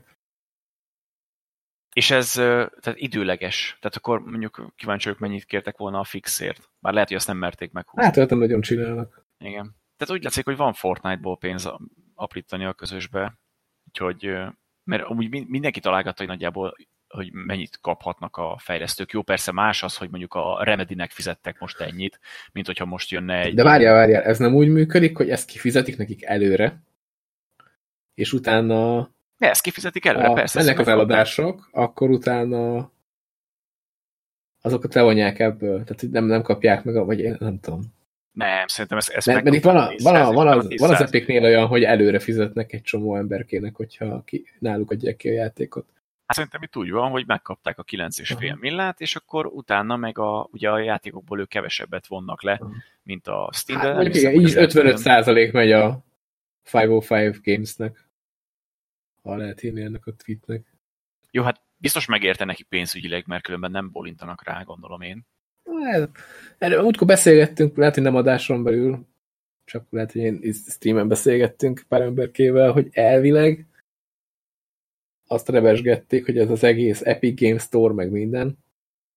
És ez tehát időleges. Tehát akkor mondjuk kíváncsi vagyok, mennyit kértek volna a fixért. Bár lehet, hogy azt nem merték meghúzni. Hát olyan nagyon csinálnak. Igen. Tehát úgy látszik, hogy van Fortnite-ból pénz aprítani a közösbe. Úgyhogy, mert amúgy mindenki találgatta, hogy nagyjából hogy mennyit kaphatnak a fejlesztők. Jó, persze más az, hogy mondjuk a Remedy-nek fizettek most ennyit, mint hogyha most jönne egy... De várjál, ez nem úgy működik, hogy ezt kifizetik nekik előre, és utána... De ezt kifizetik előre, persze. Ennek az eladások, akkor utána azokat levonják ebből, tehát nem kapják meg, vagy én nem tudom. Nem, szerintem ezt mert itt van az Epicnél olyan, hogy előre fizetnek egy csomó emberkének, hogyha náluk adják ki a játékot. Hát szerintem itt úgy van, hogy megkapták a 9,5 millát, és akkor utána meg ugye a játékokból ők kevesebbet vonnak le, mint a Steam-ben. Hát, így 55% megy a 505 Games-nek, ha lehet hinni ennek a tweetnek. Jó, hát biztos megérte neki pénzügyileg, mert különben nem bólintanak rá, gondolom én. Erről múltkor beszélgettünk, lehet, hogy nem adáson belül, csak lehet, hogy én streamen beszélgettünk pár emberkével, hogy elvileg azt revesgették, hogy ez az egész Epic Games Store, meg minden,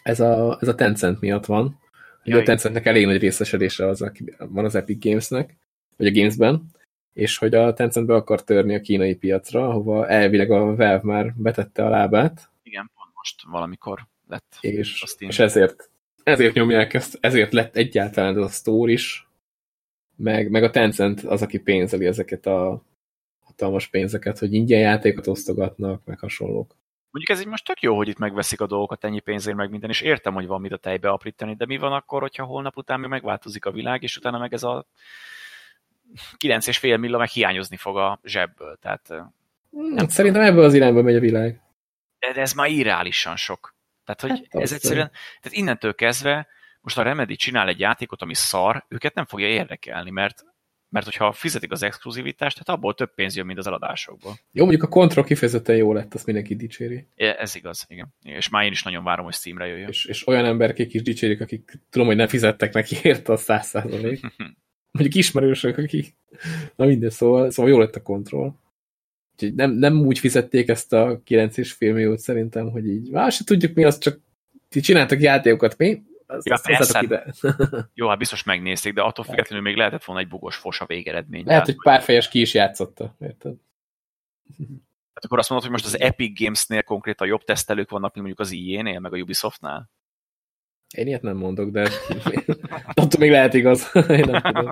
Ez a Tencent miatt van. A Tencentnek elég nagy részesedése van az Epic Gamesnek, vagy a Gamesben, és hogy a Tencent be akar törni a kínai piacra, ahova elvileg a Valve már betette a lábát. Igen, pont most valamikor lett. És ezért nyomják ezt, ezért lett egyáltalán ez a Store is, meg a Tencent az, aki pénzeli ezeket a hatalmas pénzeket, hogy ingyen játékot osztogatnak, meg hasonlók. Mondjuk ez így most tök jó, hogy itt megveszik a dolgokat ennyi pénzért, meg minden, és értem, hogy van mit a tejbe aprítani, de mi van akkor, hogyha holnap után még megváltozik a világ, és utána meg ez a 9,5 millió meg hiányozni fog a zsebből. Tehát, szerintem ebből az irányba megy a világ. De ez már irreálisan sok. Tehát, hogy ez egyszerűen, tehát innentől kezdve most a Remedy csinál egy játékot, ami szar, őket nem fogja érdekelni, mert hogyha fizetik az exkluzivitást, tehát abból több pénz jön, mint az eladásokból. Jó, mondjuk a Control kifejezetten jó lett, azt mindenki dicséri. Ez igaz, igen. És már én is nagyon várom, hogy Steamre jöjjön. És olyan emberkék is dicsérik, akik tudom, hogy nem fizettek neki érte a 100%. Mondjuk ismerősök, akik... Na minden, szóval jó lett a Control. Úgyhogy nem úgy fizették ezt a 9,5 milliót szerintem, hogy így, se tudjuk mi, az csak ti csináltak játékokat, mi? Azt ide. Jó, hát biztos megnézték, de attól függetlenül még lehetett volna egy bugos fos a végeredmény. Lehet, hogy pár fejes ki is játszotta, érted? Hát akkor azt mondod, hogy most az Epic Games-nél konkrétan jobb tesztelők vannak, mint mondjuk az EA-nél, meg a Ubisoftnál? Én ilyet nem mondok, de attól még lehet igaz. Én nem tudom.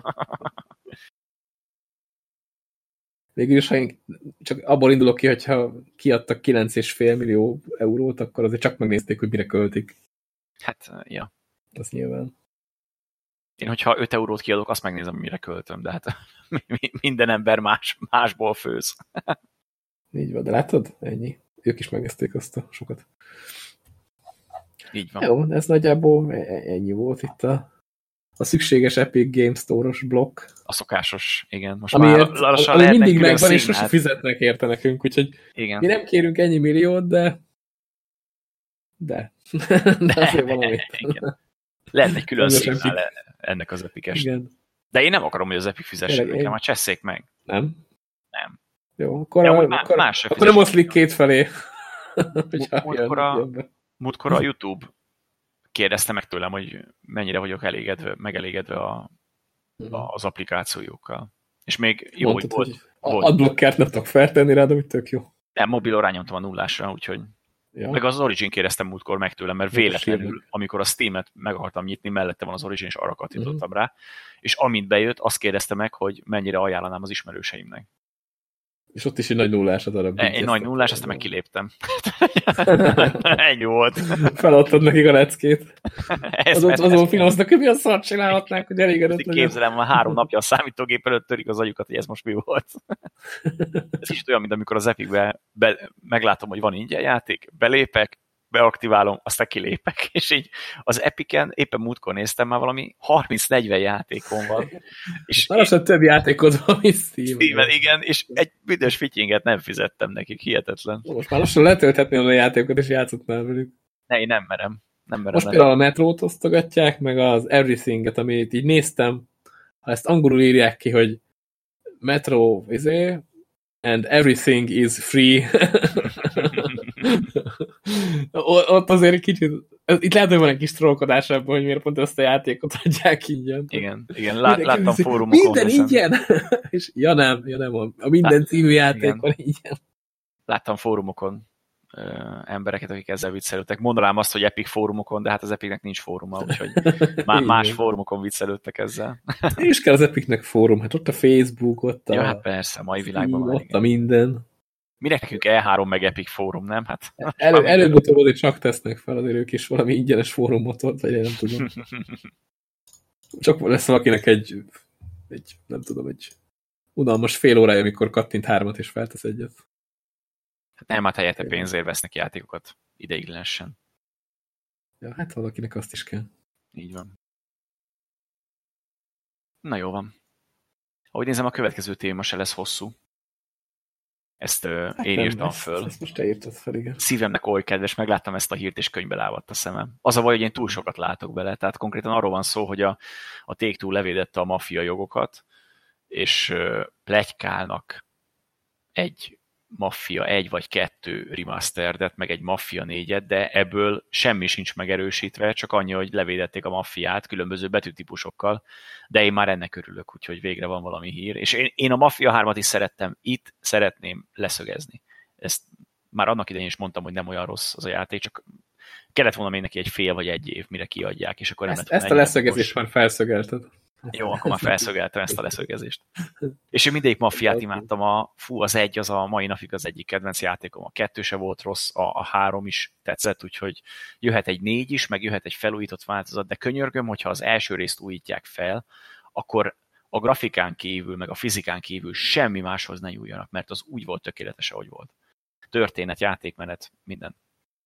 Végül is, ha én csak abból indulok ki, hogyha kiadtak 9,5 millió eurót, akkor azért csak megnézték, hogy mire költik. Hát, ja. Az nyilván. Én, hogyha 5 eurót kiadok, azt megnézem, mire költöm, de hát minden ember másból főz. Így van, de látod? Ennyi. Ők is megnézték azt a sokat. Így van. Jó, ez nagyjából ennyi volt itt a szükséges Epic Games Store-os blokk. A szokásos, igen. Most amiért, már lassan ami lehetnek mindig megvan, és színát. most fizetnek érte nekünk, úgyhogy igen. Mi nem kérünk ennyi milliót, de azért valamit. Igen. Lehet egy külön színál ennek az Epic-est. Igen. De én nem akarom, hogy az Epic fizessen nekem, már csesszék meg. Nem? Nem. Jó, akkor nem oszlik két felé. Múltkor a YouTube kérdezte meg tőlem, hogy mennyire vagyok megelégedve az applikációjukkal. És még jó, mondtad, hogy adblockert nem tudok feltenni rád, amit tök jó. Nem, mobilon rányomtam a nullásra, úgyhogy meg az Origin kérdeztem múltkor meg tőlem, mert véletlenül, amikor a Steam-et meg akartam nyitni, mellette van az Origin, és arra kattintottam rá, és amint bejött, azt kérdezte meg, hogy mennyire ajánlanám az ismerőseimnek. És ott is egy nagy nullás a darab. Egy nagy nullás, aztán meg kiléptem. Ennyi volt. Feladtad nekik a leckét. Azon finoznak, hogy mi a szart csinálhatnánk, hogy elégedett legyen. Képzelem, már 3 napja a számítógép előtt törik az agyukat, hogy ez most mi volt. Ez is olyan, mint amikor az Epicbe meglátom, hogy van ingyen játék, belépek, beaktiválom, aztán kilépek, és így az Epicen éppen múltkor néztem, már valami 30-40 játékon van. És már lassan több játékod van, mint Steam-en, igen, és egy büdös fityinget nem fizettem nekik, hihetetlen. Most már lassan letölthetnél a játékokat, és játszottnál velük. Ne, én nem merem. Most például a Metrót osztogatják, meg az Everything-et, amit így néztem, ha ezt angolul írják ki, hogy Metro and everything is free. Ott azért egy kicsit... Itt lehet, hogy van egy kis trollkodás ebben, hogy miért pont ezt a játékot adják ingyen. Igen, láttam fórumokon. Minden ingyen? És ja nem, a minden című játékon ingyen. Láttam fórumokon embereket, akik ezzel viccelődtek. Mondanám azt, hogy Epic fórumokon, de hát az Epicnek nincs fóruma, úgyhogy más fórumokon viccelődtek ezzel. És kell az Epicnek fórum, hát ott a Facebook, ott a... Ja, hát persze, a mai világban már. Ott a minden. Minek nekünk E3 meg Epic fórum, nem? Hát, előbb-utóbb azért csak tesznek fel azért ők is valami ingyenes fórumot, vagy én nem tudom. Csak lesz valakinek egy nem tudom, egy unalmas fél órája, amikor kattint 3-at és feltesz egyet. Hát nem, hát helyette pénzért vesznek játékokat ideiglenesen. Ja, hát valakinek azt is kell. Így van. Na jó van. Ahogy nézem, a következő téma se lesz hosszú. Ezt én írtam föl. Ezt most te írtad fel, igen. Szívemnek oly kedves, megláttam ezt a hírt, és könyvbe lávadt a szemem. Az a baj, hogy én túl sokat látok bele, tehát konkrétan arról van szó, hogy a Take-Two levédette a maffia jogokat, és pletykálnak egy Mafia 1 vagy 2 remasteredet, meg egy Mafia 4-et, de ebből semmi sincs megerősítve, csak annyi, hogy levédették a Mafiát különböző betűtípusokkal, de én már ennek örülök, úgyhogy végre van valami hír. És én a Mafia 3-at is szerettem, itt szeretném leszögezni. Ezt már annak idején is mondtam, hogy nem olyan rossz az a játék, csak kellett volna még neki egy fél vagy egy év, mire kiadják, és akkor nem ezt a leszögezést már felszögelted. Jó, akkor már felszögeltem ezt a leszögezést. És én mindegyik Mafiát imádtam, az 1 az a mai napig az egyik kedvenc játékom, a 2 se volt rossz, a 3 is tetszett, úgyhogy jöhet egy 4 is, meg jöhet egy felújított változat, de könyörgöm, hogyha az első részt újítják fel, akkor a grafikán kívül, meg a fizikán kívül semmi máshoz ne nyúljanak, mert az úgy volt tökéletes, ahogy volt. Történet, játékmenet, minden.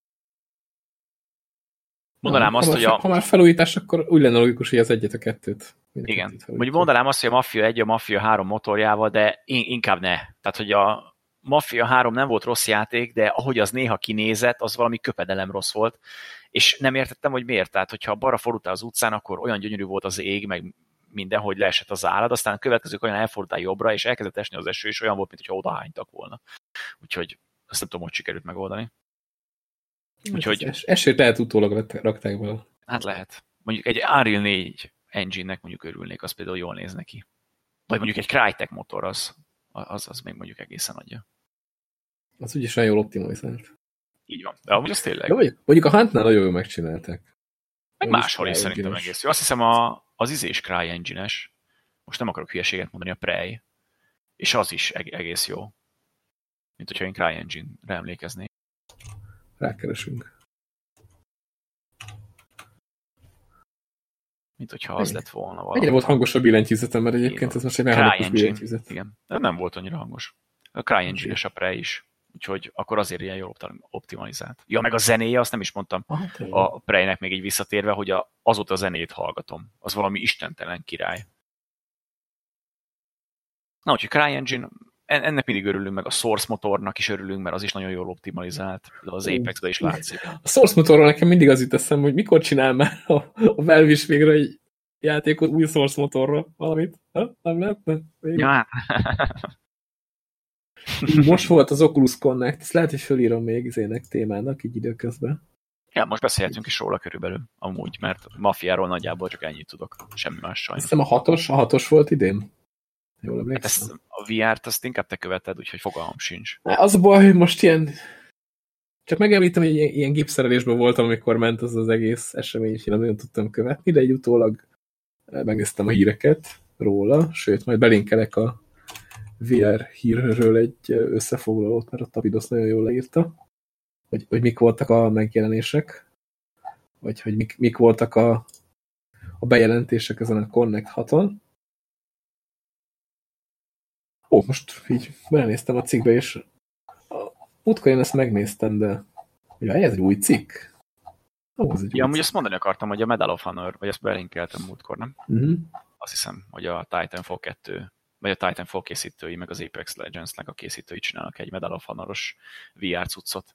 Mondanám azt, hogy ha már felújítás, akkor úgy lenne logikus, hogy az 1-et, a 2-t. Igen. Mondjuk mondanám azt, hogy a Mafia 1 a Mafia 3 motorjával, de inkább ne. Tehát, hogy a Mafia 3 nem volt rossz játék, de ahogy az néha kinézett, az valami köpedelem rossz volt, és nem értettem, hogy miért. Tehát, hogyha balra fordultál az utcán, akkor olyan gyönyörű volt az ég, meg minden, hogy leesett az állad, aztán a következők olyan elfordultál jobbra, és elkezdett esni az eső, és olyan volt, mintha odahánytak volna. Úgyhogy azt nem tudom, hogy sikerült megoldani. Úgyhogy... Esőt lehet utólag rakták bele. Hát lehet. Mondjuk egy Unreal 4 engine-nek mondjuk örülnék, az például jól néz neki. Vagy mondjuk egy Crytek motor, az még mondjuk egészen adja. Az úgyis olyan jól optimalizált. Így van. De amúgy az tényleg. De mondjuk a Huntnál nagyon jól megcsinálták. Meg máshol is szerintem egész jó. Azt hiszem az izés CryEngine-es, most nem akarok hülyeséget mondani, a Prey, és az is egész jó. Mint hogyha én CryEngine-re emlékeznék. Rákeresünk. Mint hogyha az lett volna valami. Egyre volt hangos a billentyűzetem, mert egyébként ez most egy mechanikus billentyűzet. Igen, de nem volt annyira hangos. A CryEngine-es a Prey is. Úgyhogy akkor azért ilyen jól optimalizált. Ja, meg a zenéje, azt nem is mondtam a Prey-nek még így visszatérve, hogy azóta a zenét hallgatom. Az valami istentelen király. Na, úgyhogy CryEngine, ennek mindig örülünk, meg a Source motornak is örülünk, mert az is nagyon jól optimalizált. Az Apex-be is látszik. A Source motorról nekem mindig az jut eszembe, hogy mikor csinál már a Valve is végre egy játékot új Source motorra valamit. Ha? Nem lehetne? Ja. Most volt az Oculus Connect, ezt lehet, hogy fölírom még izének témának így időközben. Ja, most beszélhetünk is róla körülbelül, amúgy, mert Mafiáról nagyjából csak ennyit tudok, semmi más sajnos. Hiszem a 6-os volt idén? Jól emlékszem. Hát a VR-t azt inkább te követed, úgyhogy fogalmam sincs. Az a baj, hogy most ilyen... Csak megemlítem, hogy ilyen gipszerelésben voltam, amikor ment az egész esemény, és én nem nagyon tudtam követni, de egy utólag megnéztem a híreket róla, sőt, majd belinkelek a VR hírről egy összefoglalót, mert a Tabidosz nagyon jól leírta, hogy mik voltak a megjelenések, vagy hogy mik voltak a bejelentések ezen a Connect 6-on. Ó, most így belenéztem a cikkbe, és múltkor én ezt megnéztem, de jaj, ez egy új cikk. Ja, amúgy azt mondani akartam, hogy a Medal of Honor, vagy ezt belinkeltem múltkor, nem? Azt hiszem, hogy a Titanfall 2, vagy a Titanfall készítői, meg az Apex Legends-nek a készítői csinálnak egy Medal of Honor-os VR cuccot.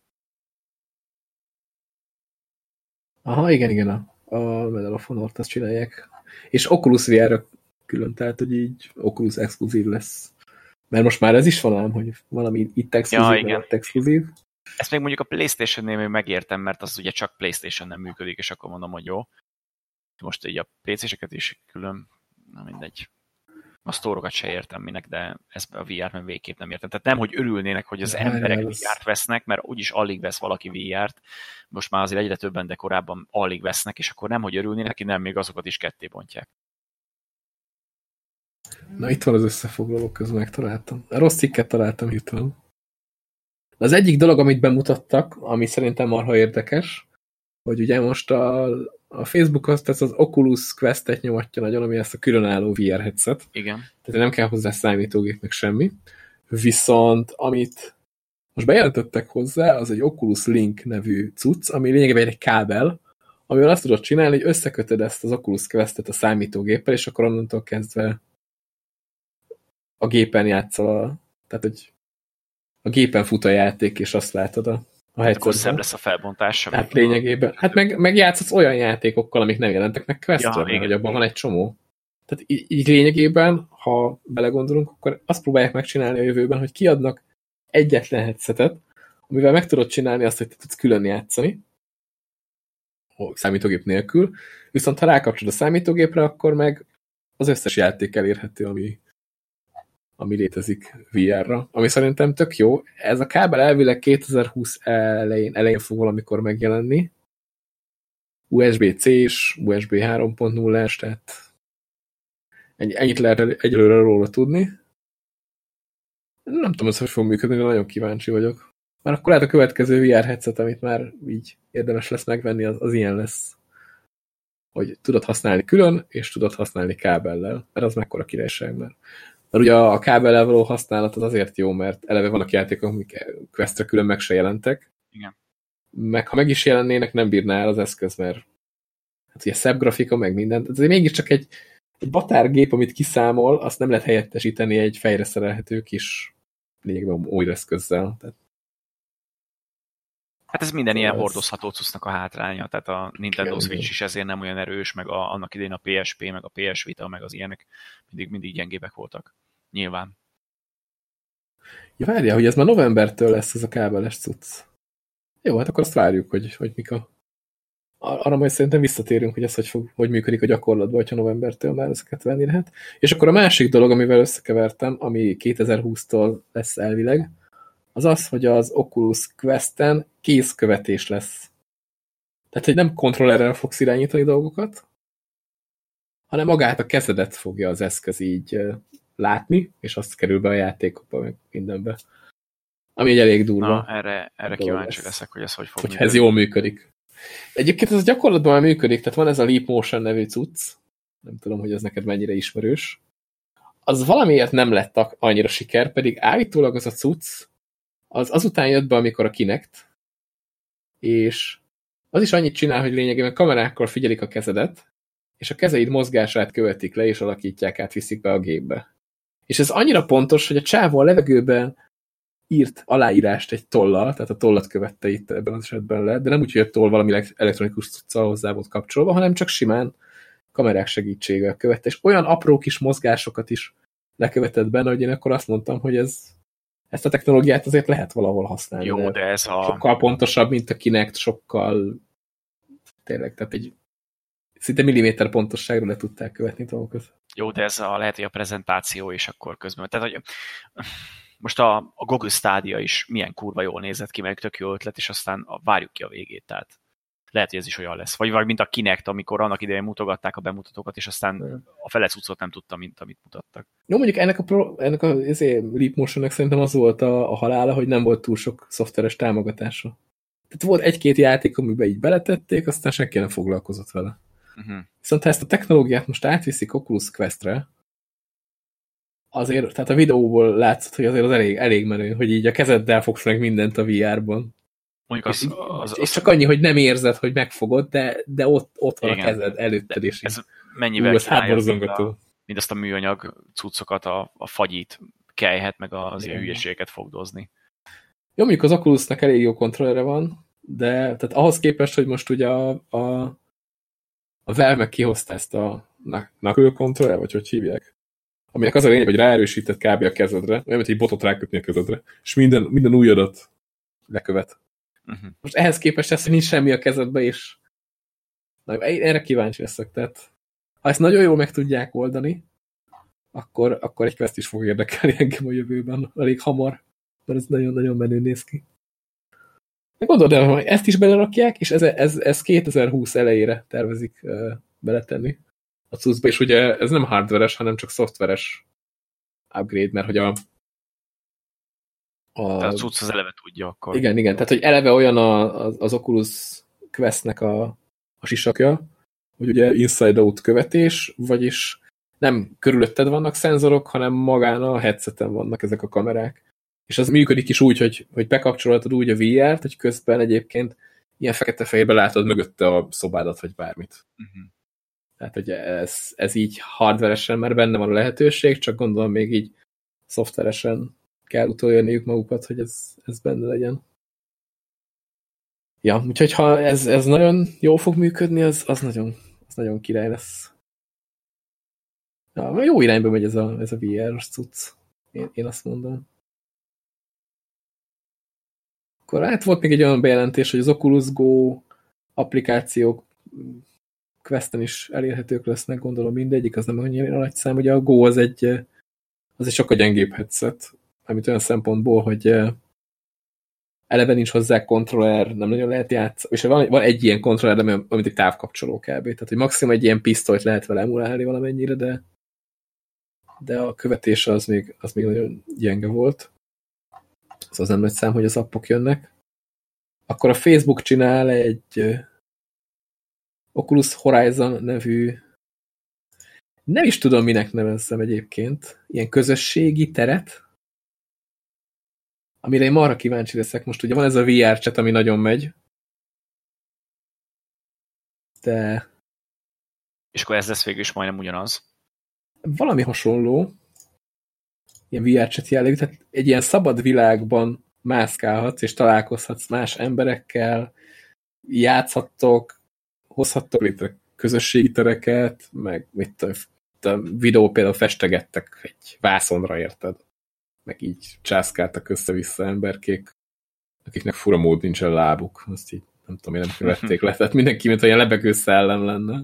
Aha, igen, a Medal of Honor-t azt csinálják. És Oculus VR-ra külön, tehát, hogy így Oculus exkluzív lesz. Mert most már ez is van ám, hogy valami itt exkluzív, ja, ott exkluzív. Ezt még mondjuk a PlayStation-nél még megértem, mert az ugye csak PlayStation nem működik, és akkor mondom, hogy jó. Most így a PC-seket is külön, na mindegy. A sztórokat se értem minek, de ezt a VR-t meg végképp nem értem. Tehát nem, hogy örülnének, hogy az emberek VR-t vesznek, mert úgyis alig vesz valaki VR-t. Most már azért egyre többen, de korábban alig vesznek, és akkor nem, hogy örülnének, nem, még azokat is ketté bontják. Na, itt van az összefoglaló közben, megtaláltam. A rossz cikket találtam hirtelen. Az egyik dolog, amit bemutattak, ami szerintem marha érdekes, hogy ugye most a Facebook az Oculus Quest-et nyomatja nagyon, ami ezt a különálló VR headset. Igen. Tehát nem kell hozzá számítógép, meg semmi. Viszont amit most bejelentettek hozzá, az egy Oculus Link nevű cucc, ami lényegében egy kábel, amivel azt tudod csinálni, hogy összekötöd ezt az Oculus Quest-et a számítógéppel, és akkor onnantól kezdve a gépen játszol, tehát hogy a gépen fut a játék, és azt látod a headsetben. Akkor szebb lesz a felbontása. Hát lényegében. Hát meg játszhatsz olyan játékokkal, amik nem jelentek meg Questről, hogy abban van egy csomó. Tehát így lényegében, ha belegondolunk, akkor azt próbálják megcsinálni a jövőben, hogy kiadnak egyetlen headsetet, amivel meg tudod csinálni azt, hogy te tudsz külön játszani, számítógép nélkül, viszont ha rákapcsolod a számítógépre, akkor meg az összes játék elérhető, ami létezik VR-ra, ami szerintem tök jó. Ez a kábel elvileg 2020 elején fog valamikor megjelenni. USB-C-s, USB 3.0-es, tehát ennyit lehet egyelőre róla tudni. Nem tudom, hogy fog működni, de nagyon kíváncsi vagyok. Már akkor lehet a következő VR headset, amit már így érdemes lesz megvenni, az ilyen lesz. Hogy tudod használni külön, és tudod használni kábellel. Mert az mekkora királyság, mert ugye a kábellel való használat az azért jó, mert eleve vannak játékok, amik Questre külön meg se jelentek. Igen. Meg ha meg is jelennének, nem bírná el az eszköz, mert hát ugye szebb grafika, meg mindent. Ez mégiscsak egy batárgép, amit kiszámol, azt nem lehet helyettesíteni egy fejre szerelhető kis lényegben új eszközzel. Tehát hát ez minden ilyen hordozható cuccnak a hátránya, tehát a Nintendo igen, Switch is ezért nem olyan erős, meg annak idején a PSP, meg a PS Vita, meg az ilyenek mindig gyengébek voltak. Nyilván. Ja, várjál, hogy ez már novembertől lesz ez a kábeles cucc. Jó, hát akkor azt várjuk, hogy mik arra majd szerintem visszatérünk, hogy ez hogy működik a gyakorlatban, hogyha novembertől már ezeket venni lehet. És akkor a másik dolog, amivel összekevertem, ami 2020-tól lesz elvileg, az az, hogy az Oculus Questen kézkövetés lesz. Tehát, hogy nem kontrollerrel fogsz irányítani dolgokat, hanem magát a kezedet fogja az eszköz így látni, és azt kerül be a játékokba, meg mindenbe. Ami egy elég durva. Na, erre kíváncsi leszek, hogy ez hogy fog működni. Ez jól működik. Egyébként ez a gyakorlatban már működik, tehát van ez a Leap Motion nevű cucc, nem tudom, hogy ez neked mennyire ismerős. Az valamiért nem lett annyira siker, pedig állítólag az a cucc, az azután jött be, amikor a Kinect, és az is annyit csinál, hogy lényegében kamerákkal figyelik a kezedet, és a kezeid mozgását követik le, és alakítják át, viszik be a gépbe. És ez annyira pontos, hogy a csávó a levegőben írt aláírást egy tollal, tehát a tollat követte itt ebben az esetben le, de nem úgy, hogy a toll valami elektronikus cuccal hozzá volt kapcsolva, hanem csak simán kamerák segítségével követte, és olyan apró kis mozgásokat is lekövetett benne, hogy én akkor azt mondtam, hogy ezt a technológiát azért lehet valahol használni. Jó, de ez sokkal pontosabb, mint a Kinect, sokkal tényleg, tehát egy szinte milliméter pontosságra le tudták követni dolgokat. Jó, de ez lehet, hogy a prezentáció is akkor közben. Tehát, hogy most a Google Stadia is milyen kurva jól nézett ki, meg tök jó ötlet, és aztán várjuk ki a végét. Tehát lehet, hogy ez is olyan lesz. Vagy mint a Kinect, amikor annak idején mutogatták a bemutatókat, és aztán a fele cuccot nem tudta, mint amit mutattak. Jó, mondjuk ennek a Leap Motionnek szerintem az volt a halála, hogy nem volt túl sok szoftveres támogatása. Tehát volt egy-két játék, amiben így beletették, aztán senki nem foglalkozott vele. Viszont ha ezt a technológiát most átviszik Oculus Questre, azért, tehát a videóból látszott, hogy azért az elég menő, hogy így a kezeddel fogsz meg mindent a VR-ban. Mondjuk és csak annyi, hogy nem érzed, hogy megfogod, de ott van igen, a kezed előtted, és ez mennyivel hátborzongató. Mint azt a műanyag cuccokat, a fagyit kejhet, meg az ilyen hülyeségeket fogdozni. Jó, mondjuk az Oculusnak elég jó kontrollere van, de tehát ahhoz képest, hogy most ugye a Valve kihozta ezt a knuckle controller, vagy hogy hívják? Aminek az a lényeg, hogy ráerősített kb. A kezedre, olyan, mint egy botot rákötni a kezedre, és minden új adat lekövet. Most ehhez képest ez, hogy nincs semmi a kezedbe, és erre kíváncsi leszek. Tehát, ha ezt nagyon jól meg tudják oldani, akkor egy Quest is fog érdekelni engem a jövőben, elég hamar, mert ez nagyon-nagyon menő néz ki. Gondolod el, hogy ezt is belerakják, és ez 2020 elejére tervezik beletenni a cuccba, és ugye ez nem hardveres, hanem csak szoftveres upgrade, mert hogy tehát a cucc az eleve tudja akkor. Igen, tehát hogy eleve olyan az Oculus Questnek a sisakja, hogy ugye inside-out követés, vagyis nem körülötted vannak szenzorok, hanem magán a headseten vannak ezek a kamerák. És az működik is úgy, hogy bekapcsolhatod úgy a VR-t, hogy közben egyébként ilyen fekete-fehérben látod mögötte a szobádat, vagy bármit. Tehát, hogy ez így hardveresen már benne van a lehetőség, csak gondolom még így szoftveresen kell utolérniük magukat, hogy ez benne legyen. Ja, úgyhogy ha ez nagyon jól fog működni, az nagyon király lesz. Ja, jó irányba megy ez a VR-os cucc. Én azt mondom. Akkor hát volt még egy olyan bejelentés, hogy az Oculus Go applikációk Questen is elérhetők lesznek, gondolom mindegyik, az nem annyira nagy szám. Ugye a Go az egy sokkal gyengébb headset, amit olyan szempontból, hogy eleve nincs hozzá kontroller, nem nagyon lehet játszani, és van egy ilyen kontroller, amit egy távkapcsoló kb. Tehát, hogy maximum egy ilyen pisztolyt lehet vele emulálni valamennyire, de a követése az még nagyon gyenge volt. Az nem nagy szám, hogy az appok jönnek. Akkor a Facebook csinál egy Oculus Horizon nevű, nem is tudom, minek nevezzem egyébként, ilyen közösségi teret, amire én marha kíváncsi leszek. Most ugye van ez a VR chat, ami nagyon megy, de... És akkor ez lesz végül is majdnem ugyanaz. Valami hasonló, ilyen VR chat jellegű, tehát egy ilyen szabad világban mászkálhatsz, és találkozhatsz más emberekkel, játszhattok, hozhattok létre közösségi tereket, meg a videó például festegettek egy vászonra, érted? Meg így császkáltak össze-vissza emberkék, akiknek fura mód nincsen lábuk. Azt így nem tudom, nem követték le. Tehát mindenki, mint olyan lebegő szellem lenne.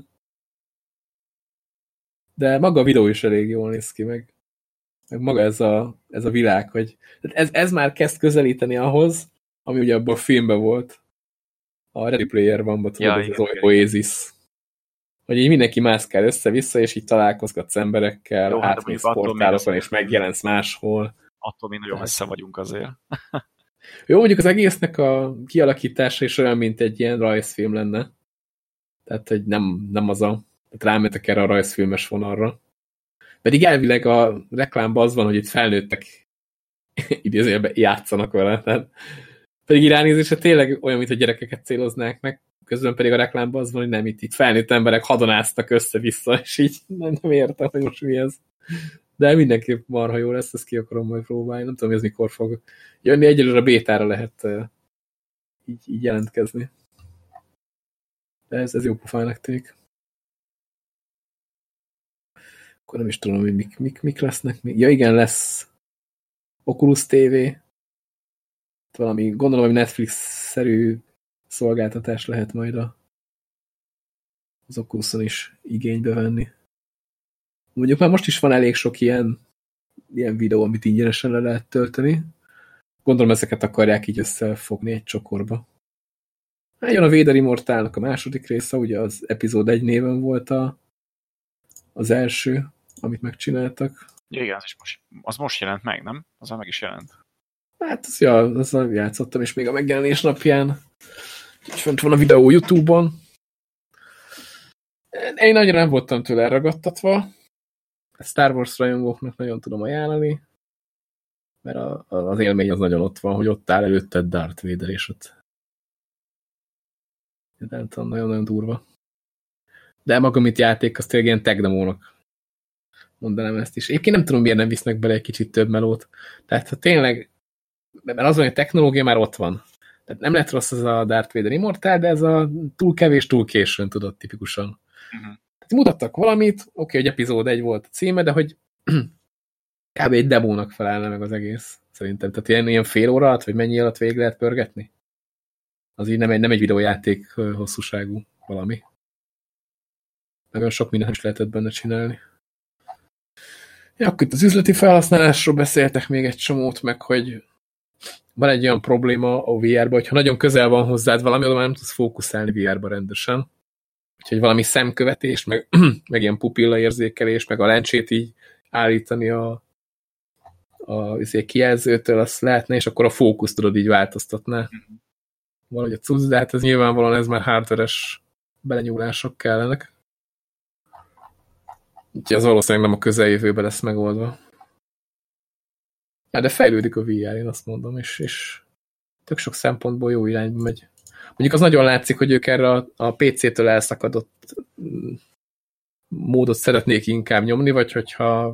De maga a videó is elég jól néz ki, meg maga ez a világ, hogy ez már kezd közelíteni ahhoz, ami ugye abban a filmben volt, a Ready Player One-ban, tudod, ez az Oasis. Hogy így mindenki mászkál össze-vissza, és így találkozgatsz emberekkel, átmész portálokon, és megjelensz máshol. Attól mi nagyon messze vagyunk azért. Jó, mondjuk az egésznek a kialakítása is olyan, mint egy ilyen rajzfilm lenne. Tehát, hogy nem az tehát rámetek erre a rajzfilmes vonalra. Pedig elvileg a reklámban az van, hogy itt felnőttek idézőjelben játszanak vele. Tehát pedig ránézésre tényleg olyan, mint a gyerekeket céloznák meg, közben pedig a reklámban az van, hogy nem, itt felnőtt emberek hadonáztak össze-vissza, és így nem értem, hogy most mi ez. De mindenképp marha jó lesz, ezt ki akarom majd próbálni. Nem tudom, ez mikor fog jönni. Egyelőre a bétára lehet így jelentkezni. De ez jó pofának tűnik. Akkor nem is tudom, hogy mik lesznek még. Ja igen, lesz Oculus TV. Valami, gondolom, hogy Netflix-szerű szolgáltatás lehet majd az Oculuson is igénybe venni. Mondjuk már most is van elég sok ilyen videó, amit ingyenesen le lehet tölteni. Gondolom, ezeket akarják így összefogni egy csokorba. Hát jön a Vader Immortalnak a második része, ugye az epizód 1 néven volt az első, amit megcsináltak. Ja, igen, az most jelent meg, nem? Az meg is jelent. Hát azzal játszottam, és még a megjelenés napján és fent van a videó YouTube-on. Én nagyon nem voltam tőle elragadtatva. A Star Wars rajongóknak nagyon tudom ajánlani, mert az élmény az nagyon ott van, hogy ott áll előtted Darth Vader, és ott nem tudom, nagyon-nagyon durva. De maga, mint játék, az tényleg ilyen tech demónak mondanám ezt is. Egyébként nem tudom, miért nem visznek bele egy kicsit több melót. Tehát ha tényleg, mert az van, hogy a technológia már ott van. Tehát nem lett rossz az a Darth Vader Immortal, de ez a túl kevés, túl későn, tudod, tipikusan. Tehát mutattak valamit, oké, hogy epizód 1 volt a címe, de hogy kb. Egy demónak felelne meg az egész, szerintem. Tehát ilyen fél óra alatt, vagy mennyi alatt végig lehet pörgetni? Az így nem egy videójáték hosszúságú valami. Nagyon sok mindent is lehetett benne csinálni. Ja, akkor itt az üzleti felhasználásról beszéltek még egy csomót, meg hogy van egy olyan probléma a VR-ba, hogyha nagyon közel van hozzád valami, oda már nem tudsz fókuszálni VR-ba rendesen. Úgyhogy valami szemkövetés, meg ilyen pupillaérzékelés, meg a lencsét így állítani a kijelzőtől, azt lehetne, és akkor a fókusz tudod így változtatná. Valahogy a cucc, de hát ez nyilvánvalóan ez már hardveres belenyúlások kellenek. Úgyhogy az valószínűleg nem a közeljövőben lesz megoldva. Ja, de fejlődik a VR, én azt mondom, és tök sok szempontból jó irányba megy. Mondjuk az nagyon látszik, hogy ők erre a PC-től elszakadott módot szeretnék inkább nyomni, vagy hogyha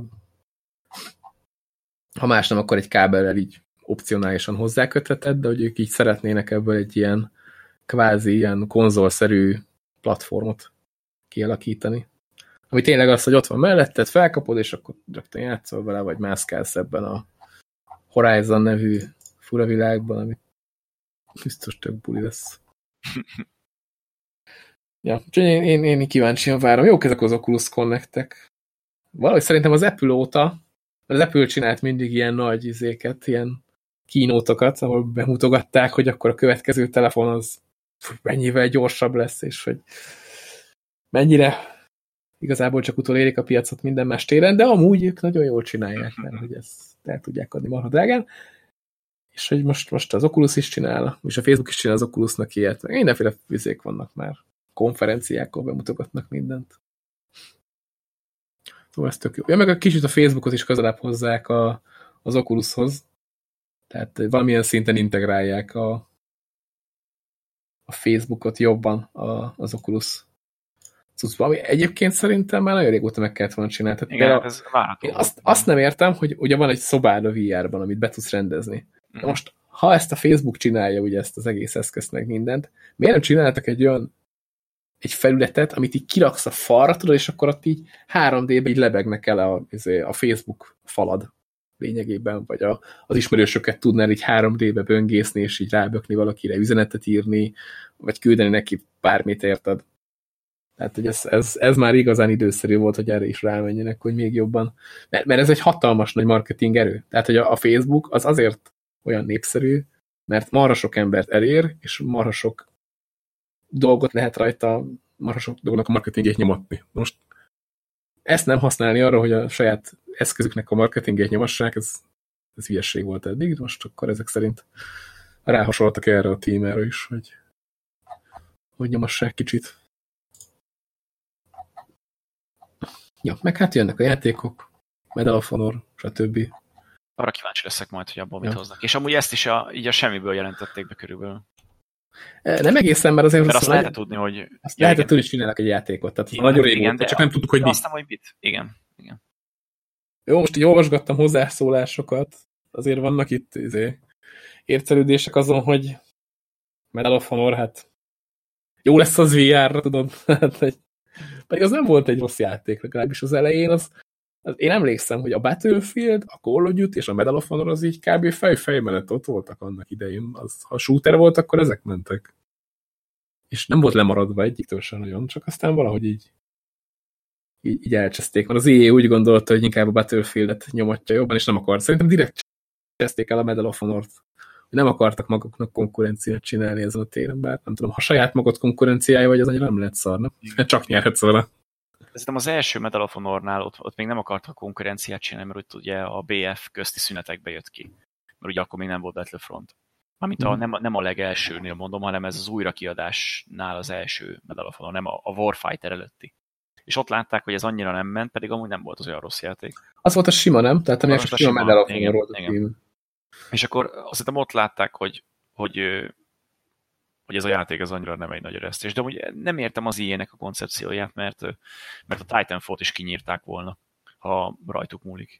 más nem, akkor egy kábellel így opcionálisan hozzákötheted, de hogy ők így szeretnének ebből egy ilyen kvázi ilyen konzolszerű platformot kialakítani. Ami tényleg az, hogy ott van melletted, felkapod, és akkor rögtön játszol vele, vagy mászkálsz ebben a Horizon nevű fura világban, amit Biztos tök buli lesz. Ja, úgyhogy én kíváncsian várom. Jók ezek az Oculus Connect-ek. Valahogy szerintem az Apple óta, az Apple csinált mindig ilyen nagy izéket, ilyen kínótokat, ahol bemutogatták, hogy akkor a következő telefon az mennyivel gyorsabb lesz, és hogy mennyire igazából csak utolérik a piacot minden más téren, de amúgy ők nagyon jól csinálják, mert hogy ezt el tudják adni marha drágán. És hogy most az Oculus is csinál, és a Facebook is csinál az Oculusnak ilyet, meg mindenféle vizék vannak már. Konferenciákkal bemutogatnak mindent. Szóval ez tök jó. Ja, meg a kicsit a Facebookot is közelebb hozzák az Oculushoz. Tehát valamilyen szinten integrálják a Facebookot jobban az Oculus cuccba. Ami egyébként szerintem már nagyon régóta meg kellett volna csinálni. Igen, ez várható. Azt nem értem, hogy ugye van egy szobád a VR-ban, amit be tudsz rendezni. De most, ha ezt a Facebook csinálja, ugye ezt az egész eszközt meg mindent, miért nem csináltak egy felületet, amit így kiraksz a falra, tudod, és akkor ott így 3D-ben így lebegnek el a Facebook falad lényegében, vagy az ismerősöket tudnál így 3D-be böngészni, és így rábökni valakire, üzenetet írni, vagy küldeni neki bármit, érted? Tehát, hogy ez már igazán időszerű volt, hogy erre is rámenjenek, hogy még jobban. Mert ez egy hatalmas nagy marketing erő. Tehát, hogy a Facebook az azért olyan népszerű, mert marha sok embert elér, és marha sok dolgot lehet rajta, marha sok dolognak a marketingjét nyomatni. Most ezt nem használni arra, hogy a saját eszközüknek a marketingjét nyomassák, ez hülyesség volt eddig, most akkor ezek szerint ráhasoltak erre a témára is, hogy nyomassák kicsit. Ja, meg hát jönnek a játékok, Medal of Honor, stb. Arra kíváncsi leszek majd, hogy abból mit hoznak. És amúgy ezt is így a semmiből jelentették be körülbelül. Nem egészen, mert azért... Mert azt lehetett tudni, hogy... Azt lehetett tudni, hogy csinálnak egy játékot. Tehát igen, nagyon régóta, csak nem tudtuk, hogy mi. Aztán, hogy mit. Igen. Jó, most így olvasgattam hozzászólásokat. Azért vannak itt értelődések azon, hogy Medal of Honor, hát jó lesz az VR-ra, tudod. Pedig az nem volt egy rossz játék, legalábbis az elején. Én emlékszem, hogy a Battlefield, a Call of Duty és a Medal of Honor az így kb. Fej mellett ott voltak annak idején. Ha shooter volt, akkor ezek mentek. És nem volt lemaradva egyiktől sem nagyon, csak aztán valahogy így elcseszték. Mert az EA úgy gondolta, hogy inkább a Battlefieldet nyomatja jobban, és nem akart. Szerintem direkt cseszték el a Medal of Honort. Nem akartak maguknak konkurenciát csinálni ezen a téren, bár nem tudom, ha saját magad konkurenciája vagy, az annyira nem lehet szarna. Csak nyerhetsz vele. Szerintem az első Medal of Honornál ott még nem akartak konkurenciát csinálni, mert ugye a BF közti szünetekbe jött ki. Mert ugye akkor még nem volt Battlefront. Mármint nem a legelsőnél mondom, hanem ez az újrakiadásnál az első Medal of Honor, nem a Warfighter előtti. És ott látták, hogy ez annyira nem ment, pedig amúgy nem volt az olyan rossz játék. Az volt a sima, nem? Tehát ami a sima Medal of Honor volt. És akkor azt hiszem ott látták, hogy ez a játék az annyira nem egy nagy eresztés. De ugye nem értem az EA-nek a koncepcióját, mert a Titanfall-t is kinyírták volna, ha rajtuk múlik.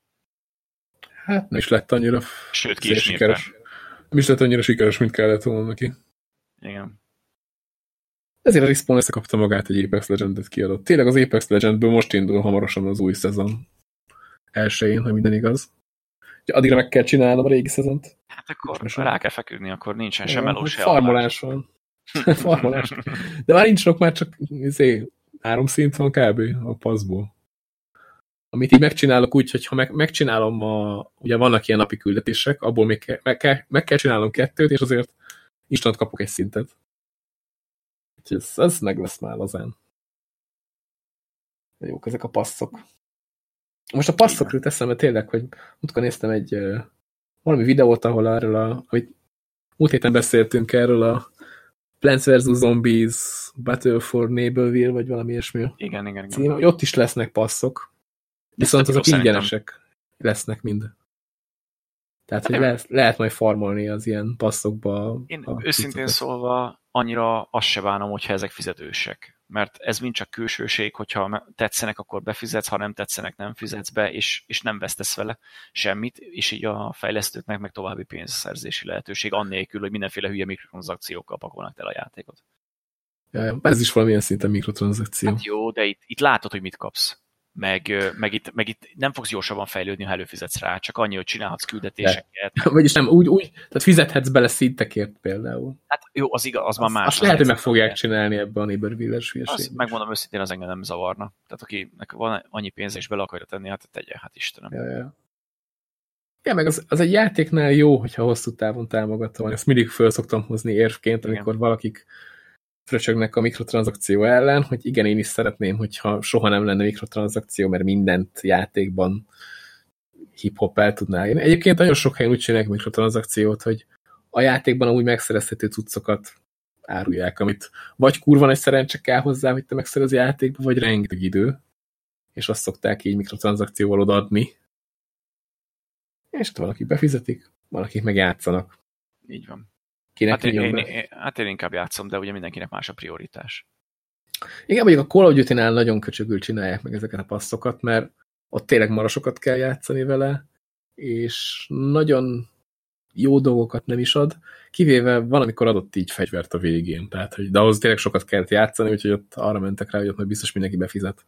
Hát nem is lett annyira sikeres. Nem is lett annyira sikeres, mint kellett volna neki. Igen. Ezért a Respawn összekapta magát, egy Apex Legends-et kiadott. Tényleg az Apex Legendsből most indul hamarosan az új szezon. Elsőjén, ha minden igaz. Addigra meg kell csinálnom a régi szezont. Hát akkor rá kell feküdni, akkor nincsen sem meló, se farmolás van. Farmolás. De már nincs sok, már csak 3 szint van kb. A passzból. Amit így megcsinálok úgy, hogy ha megcsinálom ugye vannak ilyen napi küldetések, abból még meg kell csinálnom 2, és azért instant kapok egy szintet. Úgyhogy ez meg lesz már lazán. De jók ezek a passzok. Most a passzokról teszem, mert tényleg, hogy múltkor néztem valami videót, ahol amit múlt héten beszéltünk erről a Plants vs. Zombies, Battle for Neighborville, vagy valami ilyesmi. Igen. Hogy ott is lesznek passzok. Viszont azok ingyenesek lesznek mind. Tehát, hogy lehet majd farmolni az ilyen passzokba. Én őszintén szólva annyira azt se bánom, hogyha ezek fizetősek. Mert ez mind csak külsőség, hogyha tetszenek, akkor befizetsz, ha nem tetszenek, nem fizetsz be, és nem vesztesz vele semmit, és így a fejlesztőknek meg további pénzszerzési lehetőség, annélkül, hogy mindenféle hülye mikrotranszakciókkal pakolnak el a játékot. Ja, ez is valamilyen szinten mikrotranszakció. Hát jó, de itt látod, hogy mit kapsz. meg itt nem fogsz gyorsabban fejlődni, ha előfizetsz rá, csak annyi, hogy csinálhatsz küldetéseket. Vagyis nem, úgy, tehát fizethetsz bele szintekért például. Hát jó, az igaz, az már más. Azt lehet, hogy meg fogják csinálni ebben a Neighborville-es hülyeségben. Azt megmondom őszintén, az engem nem zavarna. Tehát akinek van annyi pénze és bele akarja tenni, hát tegye, hát Istenem. Ja, meg az egy játéknál jó, hogyha hosszú távon támogatva van. Ezt mindig föl szoktam hozni érvként, amikor valakik fröcsögnek a mikrotranszakció ellen, hogy igen, én is szeretném, hogyha soha nem lenne mikrotranszakció, mert mindent játékban hip-hop el tudná érni. Egyébként nagyon sok helyen úgy csinálják mikrotranszakciót, hogy a játékban amúgy megszerezhető cuccokat árulják, amit vagy kurva nagy szerencse kell hozzá, hogy te megszerez a játékba, vagy rengeteg idő, és azt szokták így mikrotranszakcióval odaadni. És valakik befizetik, valakik meg játszanak. Így van. Kinek hát én inkább játszom, de ugye mindenkinek más a prioritás. Igen, mondjuk a Call of Duty-nál nagyon köcsögül csinálják meg ezeket a passzokat, mert ott tényleg marasokat kell játszani vele, és nagyon jó dolgokat nem is ad, kivéve van, amikor adott így fegyvert a végén. Tehát, hogy, de ahhoz tényleg sokat kellett játszani, úgyhogy ott arra mentek rá, hogy ott majd biztos mindenki befizet.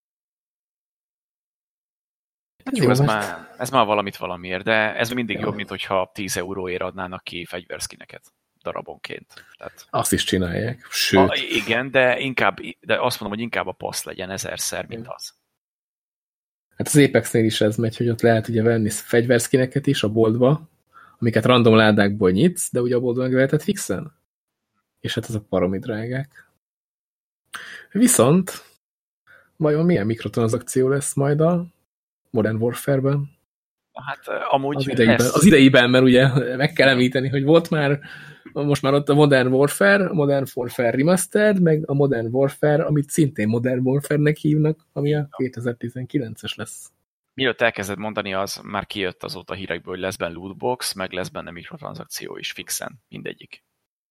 Jó, ez már valamit valamiért, de ez mindig jobb, mint hogyha 10 euróért adnának ki fegyverszkineket darabonként. Tehát, azt is csinálják. Sőt. Igen, de azt mondom, hogy inkább a passz legyen 1000-szer, mint az. Hát az Apexnél is ez megy, hogy ott lehet ugye venni fegyverszkineket is a boltba, amiket random ládákból nyitsz, de ugye a boltban megveheted fixen. És hát azok baromi drágák. Viszont vajon milyen mikrotranszakció lesz majd a Modern Warfare-ben? Hát amúgy az idejében, mert ugye meg kell említeni, hogy volt már, most már ott a Modern Warfare Remastered, meg a Modern Warfare, amit szintén Modern Warfare-nek hívnak, ami a 2019-es lesz. Mielőtt elkezded mondani, az már kijött azóta hírekből, hogy lesz benne lootbox, meg lesz benne mikrotranszakció is fixen, mindegyik.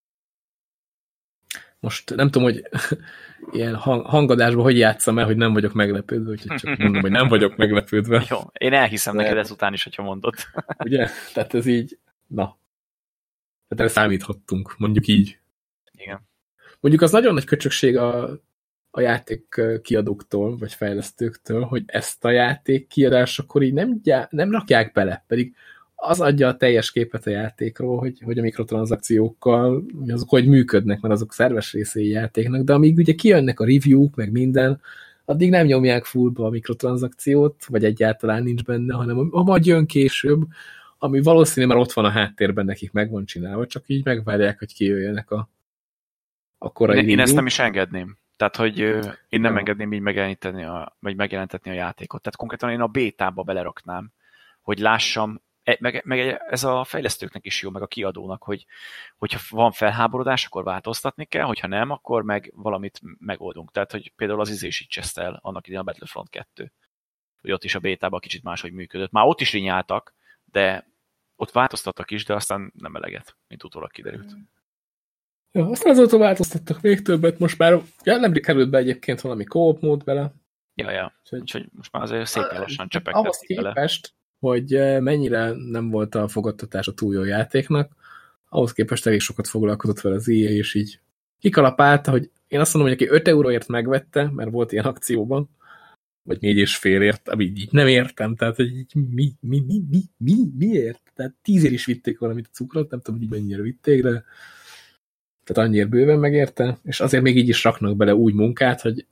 Most nem tudom, hogy ilyen hangadásban hogy játsszam el, hogy nem vagyok meglepődve, úgyhogy csak mondom, hogy nem vagyok meglepődve. Jó, én elhiszem neked ezután is, hogyha mondod. Ugye? Tehát ez így, na. Tehát erre számíthattunk, mondjuk így. Igen. Mondjuk az nagyon nagy köcsökség a játék kiadóktól, vagy fejlesztőktől, hogy ezt a játék kiadásakor így nem rakják bele, pedig az adja a teljes képet a játékról, hogy a mikrotranszakciókkal azok hogy működnek, mert azok szerves részei játéknak, de amíg ugye kijönnek a review-k, meg minden, addig nem nyomják fullba a mikrotranszakciót, vagy egyáltalán nincs benne, hanem majd jön később, ami valószínű, mert ott van a háttérben, nekik meg van csinálva, csak így megvárják, hogy kijöjjenek a korai review-k. Én ezt nem is engedném. Tehát, hogy én nem engedném így megjelentetni a játékot. Tehát konkrétan én a bétába beleraknám, hogy lássam, meg ez a fejlesztőknek is jó, meg a kiadónak, hogyha van felháborodás, akkor változtatni kell, hogyha nem, akkor meg valamit megoldunk. Tehát, hogy például az izésíts el annak idején a Battlefront 2, hogy ott is a bétában kicsit máshogy működött. Már ott is rinyáltak, de ott változtattak is, de aztán nem eleget, mint utólag kiderült. Ja, aztán azóta változtattak még többet, most már nemrég került be egyébként valami co-op mód vele. Ja. Úgyhogy most már azért szépen lassan csepegtették ahhoz képest, hogy mennyire nem volt a fogadtatása túl jó játéknak, ahhoz képest elég sokat foglalkozott vele az EA, és így kikalapálta, hogy én azt mondom, hogy aki 5 euróért megvette, mert volt ilyen akcióban, vagy 4,5-ért, amit így nem értem, tehát hogy így miért? Tehát 10-ért is vitték valamit a cukrot, nem tudom, hogy így mennyire vitték, de tehát annyira bőven megérte, és azért még így is raknak bele úgy munkát, hogy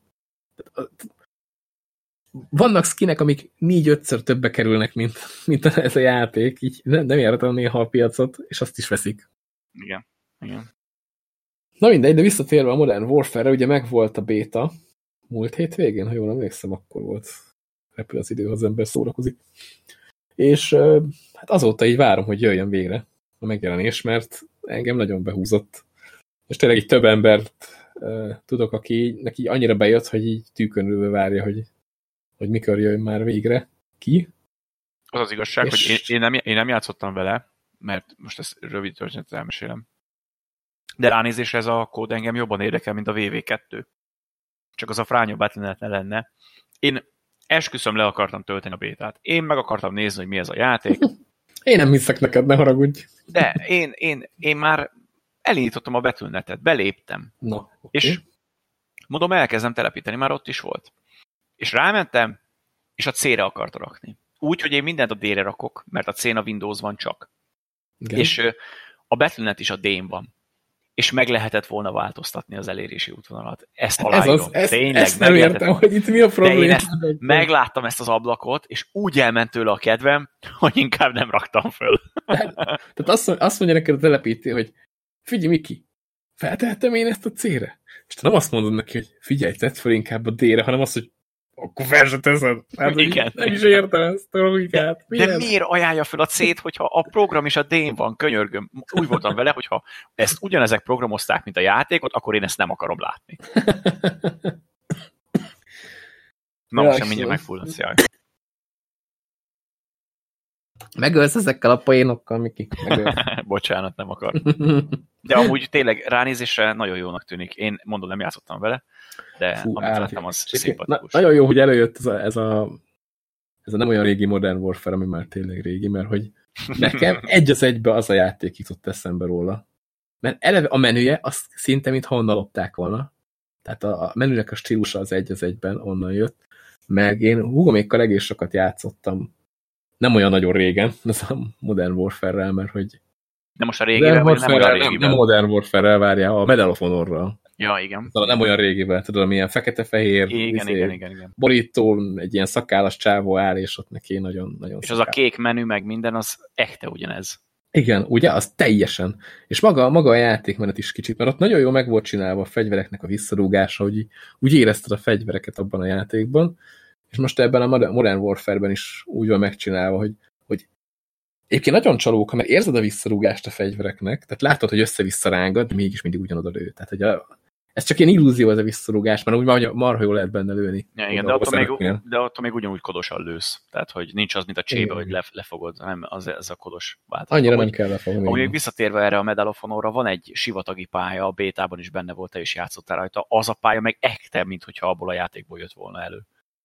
vannak skinek, amik 4-5-ször többe kerülnek, mint ez a játék, így nem értem néha a piacot, és azt is veszik. Igen. Na mindegy, de visszatérve a Modern Warfare-re, ugye megvolt a béta múlt hétvégén, ha jól emlékszem, akkor volt. Repül az idő, ha az ember szórakozik. És hát azóta így várom, hogy jöjjön végre a megjelenés, mert engem nagyon behúzott. És tényleg így több embert tudok, aki neki annyira bejött, hogy így tűkönülve várja, hogy mikor jöjjön már végre ki. Az az igazság, hogy én nem játszottam vele, mert most ezt rövid történetet elmesélem. De ránézésre ez a kód engem jobban érdekel, mint a VV2. Csak az a Frányo Battle.net ne lenne. Én esküszöm le akartam tölteni a bétát. Én meg akartam nézni, hogy mi ez a játék. Én nem hiszek neked, ne haragudj. De én már elindítottam a Battle.net-et, beléptem. Okay. És mondom, elkezdem telepíteni, már ott is volt. És rámentem, és a C-re akarta rakni. Úgy, hogy én mindent a D-re rakok, mert a C-n a Windows van csak. Igen. És a Battle.net is a D-n van. És meg lehetett volna változtatni az elérési útvonalat. Ezt aláírom. Tényleg ezt nem értem, hogy itt mi a probléma. Megláttam ezt az ablakot, és úgy elment tőle a kedvem, hogy inkább nem raktam föl. Tehát azt mondja neked a telepítő, hogy figyelj, Miki, feltehetem én ezt a C-re? És te nem azt mondod neki, hogy figyelj, tedd fel inkább a D-re, hanem azt, hogy akkor fel se teszed. Hát, igen. Nem is értem ezt a logikát. De miért ajánlja fel a C-t, hogyha a program is a D-n van, könyörgöm. Úgy voltam vele, hogyha ezt ugyanezek programozták, mint a játékot, akkor én ezt nem akarom látni. Na, most sem mindjárt megfulladsz, jaj. Megölsz ezekkel a poénokkal, Miki. Bocsánat, nem akar. De amúgy tényleg ránézésre nagyon jónak tűnik. Én mondom, nem játszottam vele, de amit láttam, az szimpatikus. Nagyon jó, hogy előjött ez a nem olyan régi Modern Warfare, ami már tényleg régi, mert hogy nekem egy az egybe az a játék jutott eszembe róla. Mert eleve a menüje, azt szinte mintha onnan lopták volna. Tehát a menünek a stílusa az egy az egyben onnan jött. Meg én húgomékkal egész sokat játszottam. Nem olyan nagyon régen, ez a Modern Warfare-rel, mert hogy... De most a régivel, vagy nem olyan régivel? Nem Modern Warfare-rel, várjál, a Medal of Honor-ral. Ja, igen. Szóval nem olyan régivel, tudod, milyen fekete-fehér, igen. borító, egy ilyen szakállas csávó áll, és ott neki nagyon és szakál. Az a kék menü, meg minden, az echte ugyanez. Igen, ugye, az teljesen. És maga a játékmenet is kicsit, mert ott nagyon jó meg volt csinálva a fegyvereknek a visszarúgása, hogy úgy érezted a fegyvereket abban a játékban, és most ebben a Modern Warfare-ben is úgy van megcsinálva, hogy egyébként nagyon csalóka, mert érzed a visszarúgást a fegyvereknek, tehát látod, hogy össze-vissza rángad, de mégis mindig ugyanoda lő. Tehát, hogy ez csak ilyen illúzió az a visszarúgás, mert úgy marha jól lehet benne lőni. Ja, igen, de attól még ugyanúgy kodosan lősz. Tehát, hogy nincs az, mint a csébe, hogy lefogod, hanem ez a kodos változat. Annyira nem kell lefogni. Amúgy visszatérve erre a Medal of Honor-ra, van egy sivatagi pálya, a bétában is benne volt, te is játszottál rajta. Az a pálya meg ekte, mint hogyha abból a játékból jött volna elő.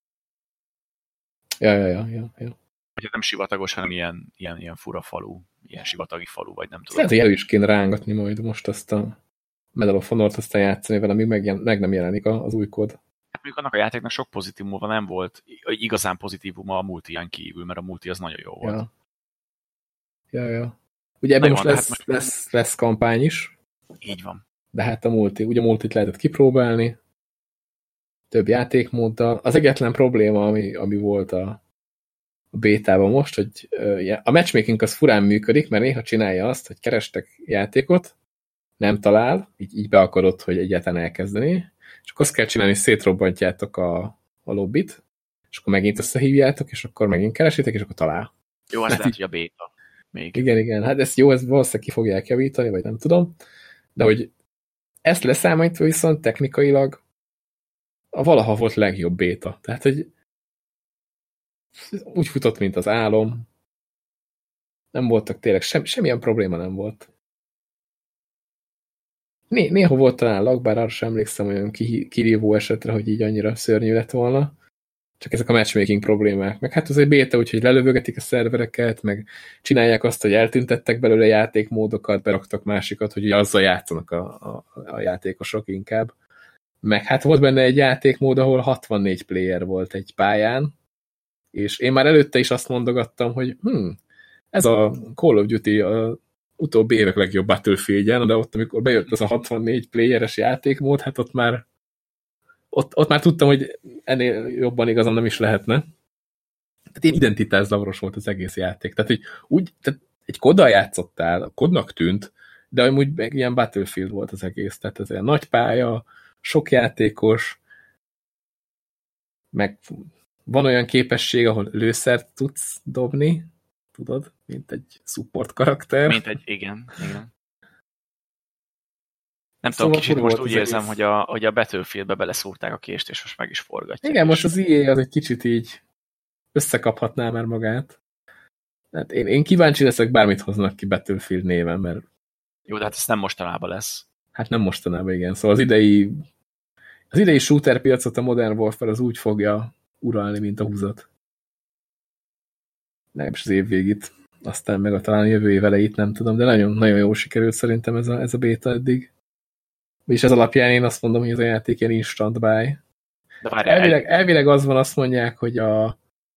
Ja. Vagy nem sivatagos, hanem ilyen fura falu, ilyen sivatagi falu, vagy nem tudom. Lehet, hogy elő is kéne rángatni majd most azt a Medal of Honor-t aztán játszani vele, amíg meg nem jelenik az új kód. Hát mondjuk annak a játéknak sok pozitívuma nem volt, igazán pozitívuma a multiján kívül, mert a multi az nagyon jó volt. Ja. Ugye ebben most lesz kampány is. Így van. De hát a multit lehetett kipróbálni, több játékmóddal. Az egyetlen probléma, ami volt a bétában most, hogy a matchmaking az furán működik, mert néha csinálja azt, hogy kerestek játékot, nem talál, így be akarod, hogy egyáltalán elkezdeni, és akkor azt kell csinálni, hogy szétrobbantjátok a lobbit, és akkor megint összehívjátok, és akkor megint keresitek, és akkor talál. Jó, az lehet, hogy a béta. Még. Igen, hát ezt valószínűleg ki fogják javítani, vagy nem tudom, de hogy ezt leszámítva viszont technikailag a valaha volt legjobb béta. Tehát, hogy úgy futott, mint az álom. Nem voltak tényleg, semmilyen probléma nem volt. Néha volt talán lag, bár arra sem emlékszem olyan kirívó esetre, hogy így annyira szörnyű lett volna. Csak ezek a matchmaking problémák. Meg hát az egy béta, úgyhogy lelövögetik a szervereket, meg csinálják azt, hogy eltüntettek belőle játékmódokat, beraktak másikat, hogy azzal játszanak a játékosok inkább. Meg hát volt benne egy játékmód, ahol 64 player volt egy pályán, és én már előtte is azt mondogattam, hogy ez a Call of Duty a utóbbi évek legjobb Battlefieldjen, de ott, amikor bejött az a 64 playeres játékmód, hát ott már tudtam, hogy ennél jobban igazán nem is lehetne. Tehát ilyen identitászavaros volt az egész játék. Tehát, hogy tehát egy koddal játszottál, kodnak tűnt, de amúgy meg ilyen Battlefield volt az egész. Tehát ez olyan nagy pálya, sok játékos, meg van olyan képesség, ahol lőszert tudsz dobni, tudod, mint egy support karakter. Igen. Nem tudom, kicsit most úgy érzem, hogy a Battlefieldbe beleszúrták a kést, és most meg is forgatják. Igen, most az EA az egy kicsit így összekaphatná már magát. Hát én kíváncsi leszek, bármit hoznak ki Battlefield néven, mert... Jó, de hát ez nem mostanában lesz. Hát nem mostanában, igen. Szóval az idei shooter piacot a Modern Warfare az úgy fogja uralni, mint a húzat. Nem is az év végét. Aztán meg talán jövő év elejét, nem tudom, de nagyon, nagyon jól sikerült szerintem ez a béta eddig. És ez alapján én azt mondom, hogy ez a játék ilyen instant buy. De elvileg az van, azt mondják, hogy a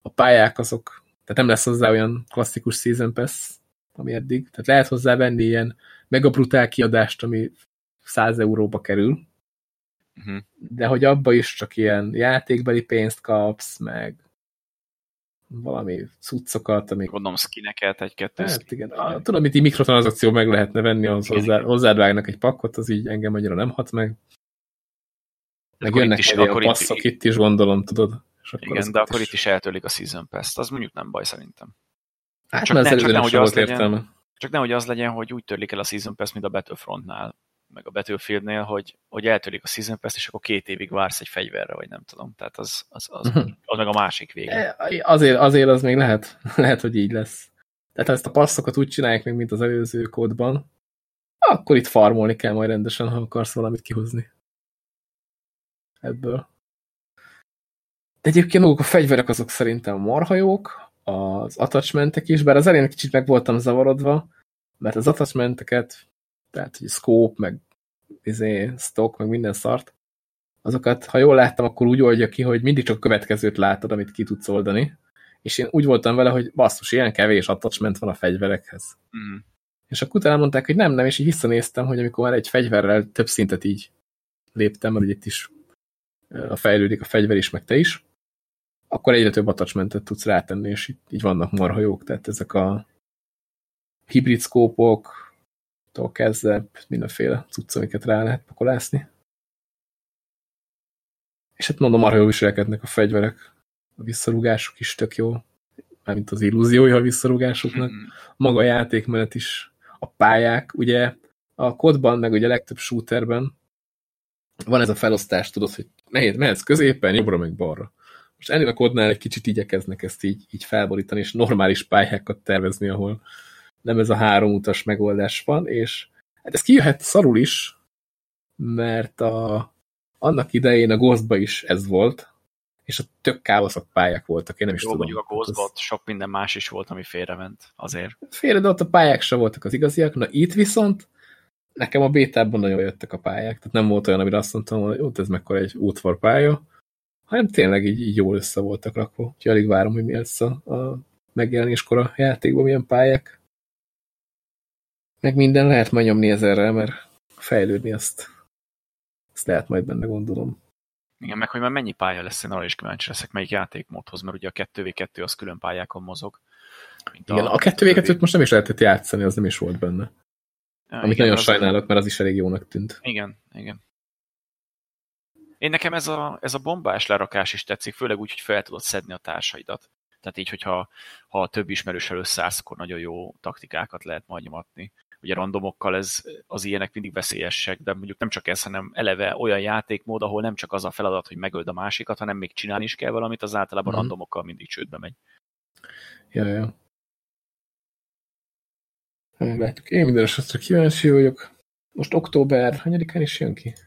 a pályák azok, tehát nem lesz hozzá olyan klasszikus Season Pass, ami eddig. Tehát lehet hozzá venni ilyen megabrutál kiadást, ami 100 euróba kerül, de hogy abba is csak ilyen játékbeli pénzt kapsz, meg valami cuccokat, amik... Gondolom skineket, egy-kettő hát igen. Tudom, amit így mikrotranszakció meg lehetne venni, az hozzád vágnak egy pakkot, az így engem annyira nem hat meg. Meg jönnek a passzok itt is, gondolom, tudod. Igen, de akkor itt is eltörlik a Season Pass-t. Az mondjuk nem baj szerintem. Hát csak nehogy az legyen, hogy úgy törlik el a Season Pass, mint a Battlefrontnál, meg a Battlefieldnél, hogy eltörlik a Season Pass, és akkor 2 évig vársz egy fegyverre, vagy nem tudom. Tehát az meg a másik vége. Azért az még lehet, hogy így lesz. Tehát ha ezt a passzokat úgy csinálják még, mint az előző kódban, akkor itt farmolni kell majd rendesen, ha akarsz valamit kihozni ebből. De egyébként maguk a fegyverek azok szerintem marhajók, az attachmentek is, bár az elején kicsit meg voltam zavarodva, mert az attachmenteket, tehát hogy scope, meg stock, meg minden szart, azokat, ha jól láttam, akkor úgy oldja ki, hogy mindig csak a következőt látod, amit ki tudsz oldani. És én úgy voltam vele, hogy basszus, ilyen kevés attachment van a fegyverekhez. És akkor utána mondták, hogy nem, és így visszanéztem, hogy amikor már egy fegyverrel több szintet így léptem, mert itt is fejlődik a fegyver is, meg te is, akkor egyre több attachmentet tudsz rátenni, és így vannak marha jók, tehát ezek a hibrid szkópoktól kezdve mindenféle cucc, amiket rá lehet pakolászni. És hát mondom, marha jól viselkednek a fegyverek. A visszarúgásuk is tök jó, mármint az illúziója a visszarúgásuknak. Maga a játékmenet is, a pályák, ugye a kodban, meg ugye a legtöbb shooterben van ez a felosztás, tudod, hogy mehetsz középen, jobbra, meg balra. Most ennél a kodnál egy kicsit igyekeznek ezt így felborítani, és normális pályákat tervezni, ahol nem ez a 3 utas megoldás van, és hát ez kijöhet szarul is, mert annak idején a Ghostba is ez volt, és a tök káoszak pályák voltak, én nem is tudom. Mondjuk a Ghostban sok minden más is volt, ami félrement azért. Félre, de ott a pályák sem voltak az igaziak, na itt viszont nekem a bétában nagyon jöttek a pályák, tehát nem volt olyan, amire azt mondtam, hogy jó, ez mekkora egy útvarpálya, hanem tényleg így jól össze voltak rakva. Úgyhogy alig várom, hogy mi lesz a megjelenéskor a játékban, milyen pályák. Meg minden lehet majd nyomni ezerrel, mert fejlődni azt lehet majd benne, gondolom. Igen, meg hogy már mennyi pálya lesz, én arra is kíváncsi leszek, melyik játékmódhoz, mert ugye a 2v2 az külön pályákon mozog. Igen, a 2v2-t most nem is lehetett játszani, az nem is volt benne. Ja, amit igen, nagyon sajnálok, mert az is elég jónak tűnt. Igen. Én nekem ez a bombás lerakás is tetszik, főleg úgy, hogy fel tudod szedni a társaidat. Tehát így, hogyha több ismerőssel összeállsz, akkor nagyon jó taktikákat lehet majd nyomatni. Ugye randomokkal az ilyenek mindig veszélyesek, de mondjuk nem csak ez, hanem eleve olyan játékmód, ahol nem csak az a feladat, hogy megöld a másikat, hanem még csinálni is kell valamit, az általában randomokkal mindig csődbe megy. Ja. Látjuk, én minden esetre kíváncsi vagyok. Most október, hanyadikán is jön ki?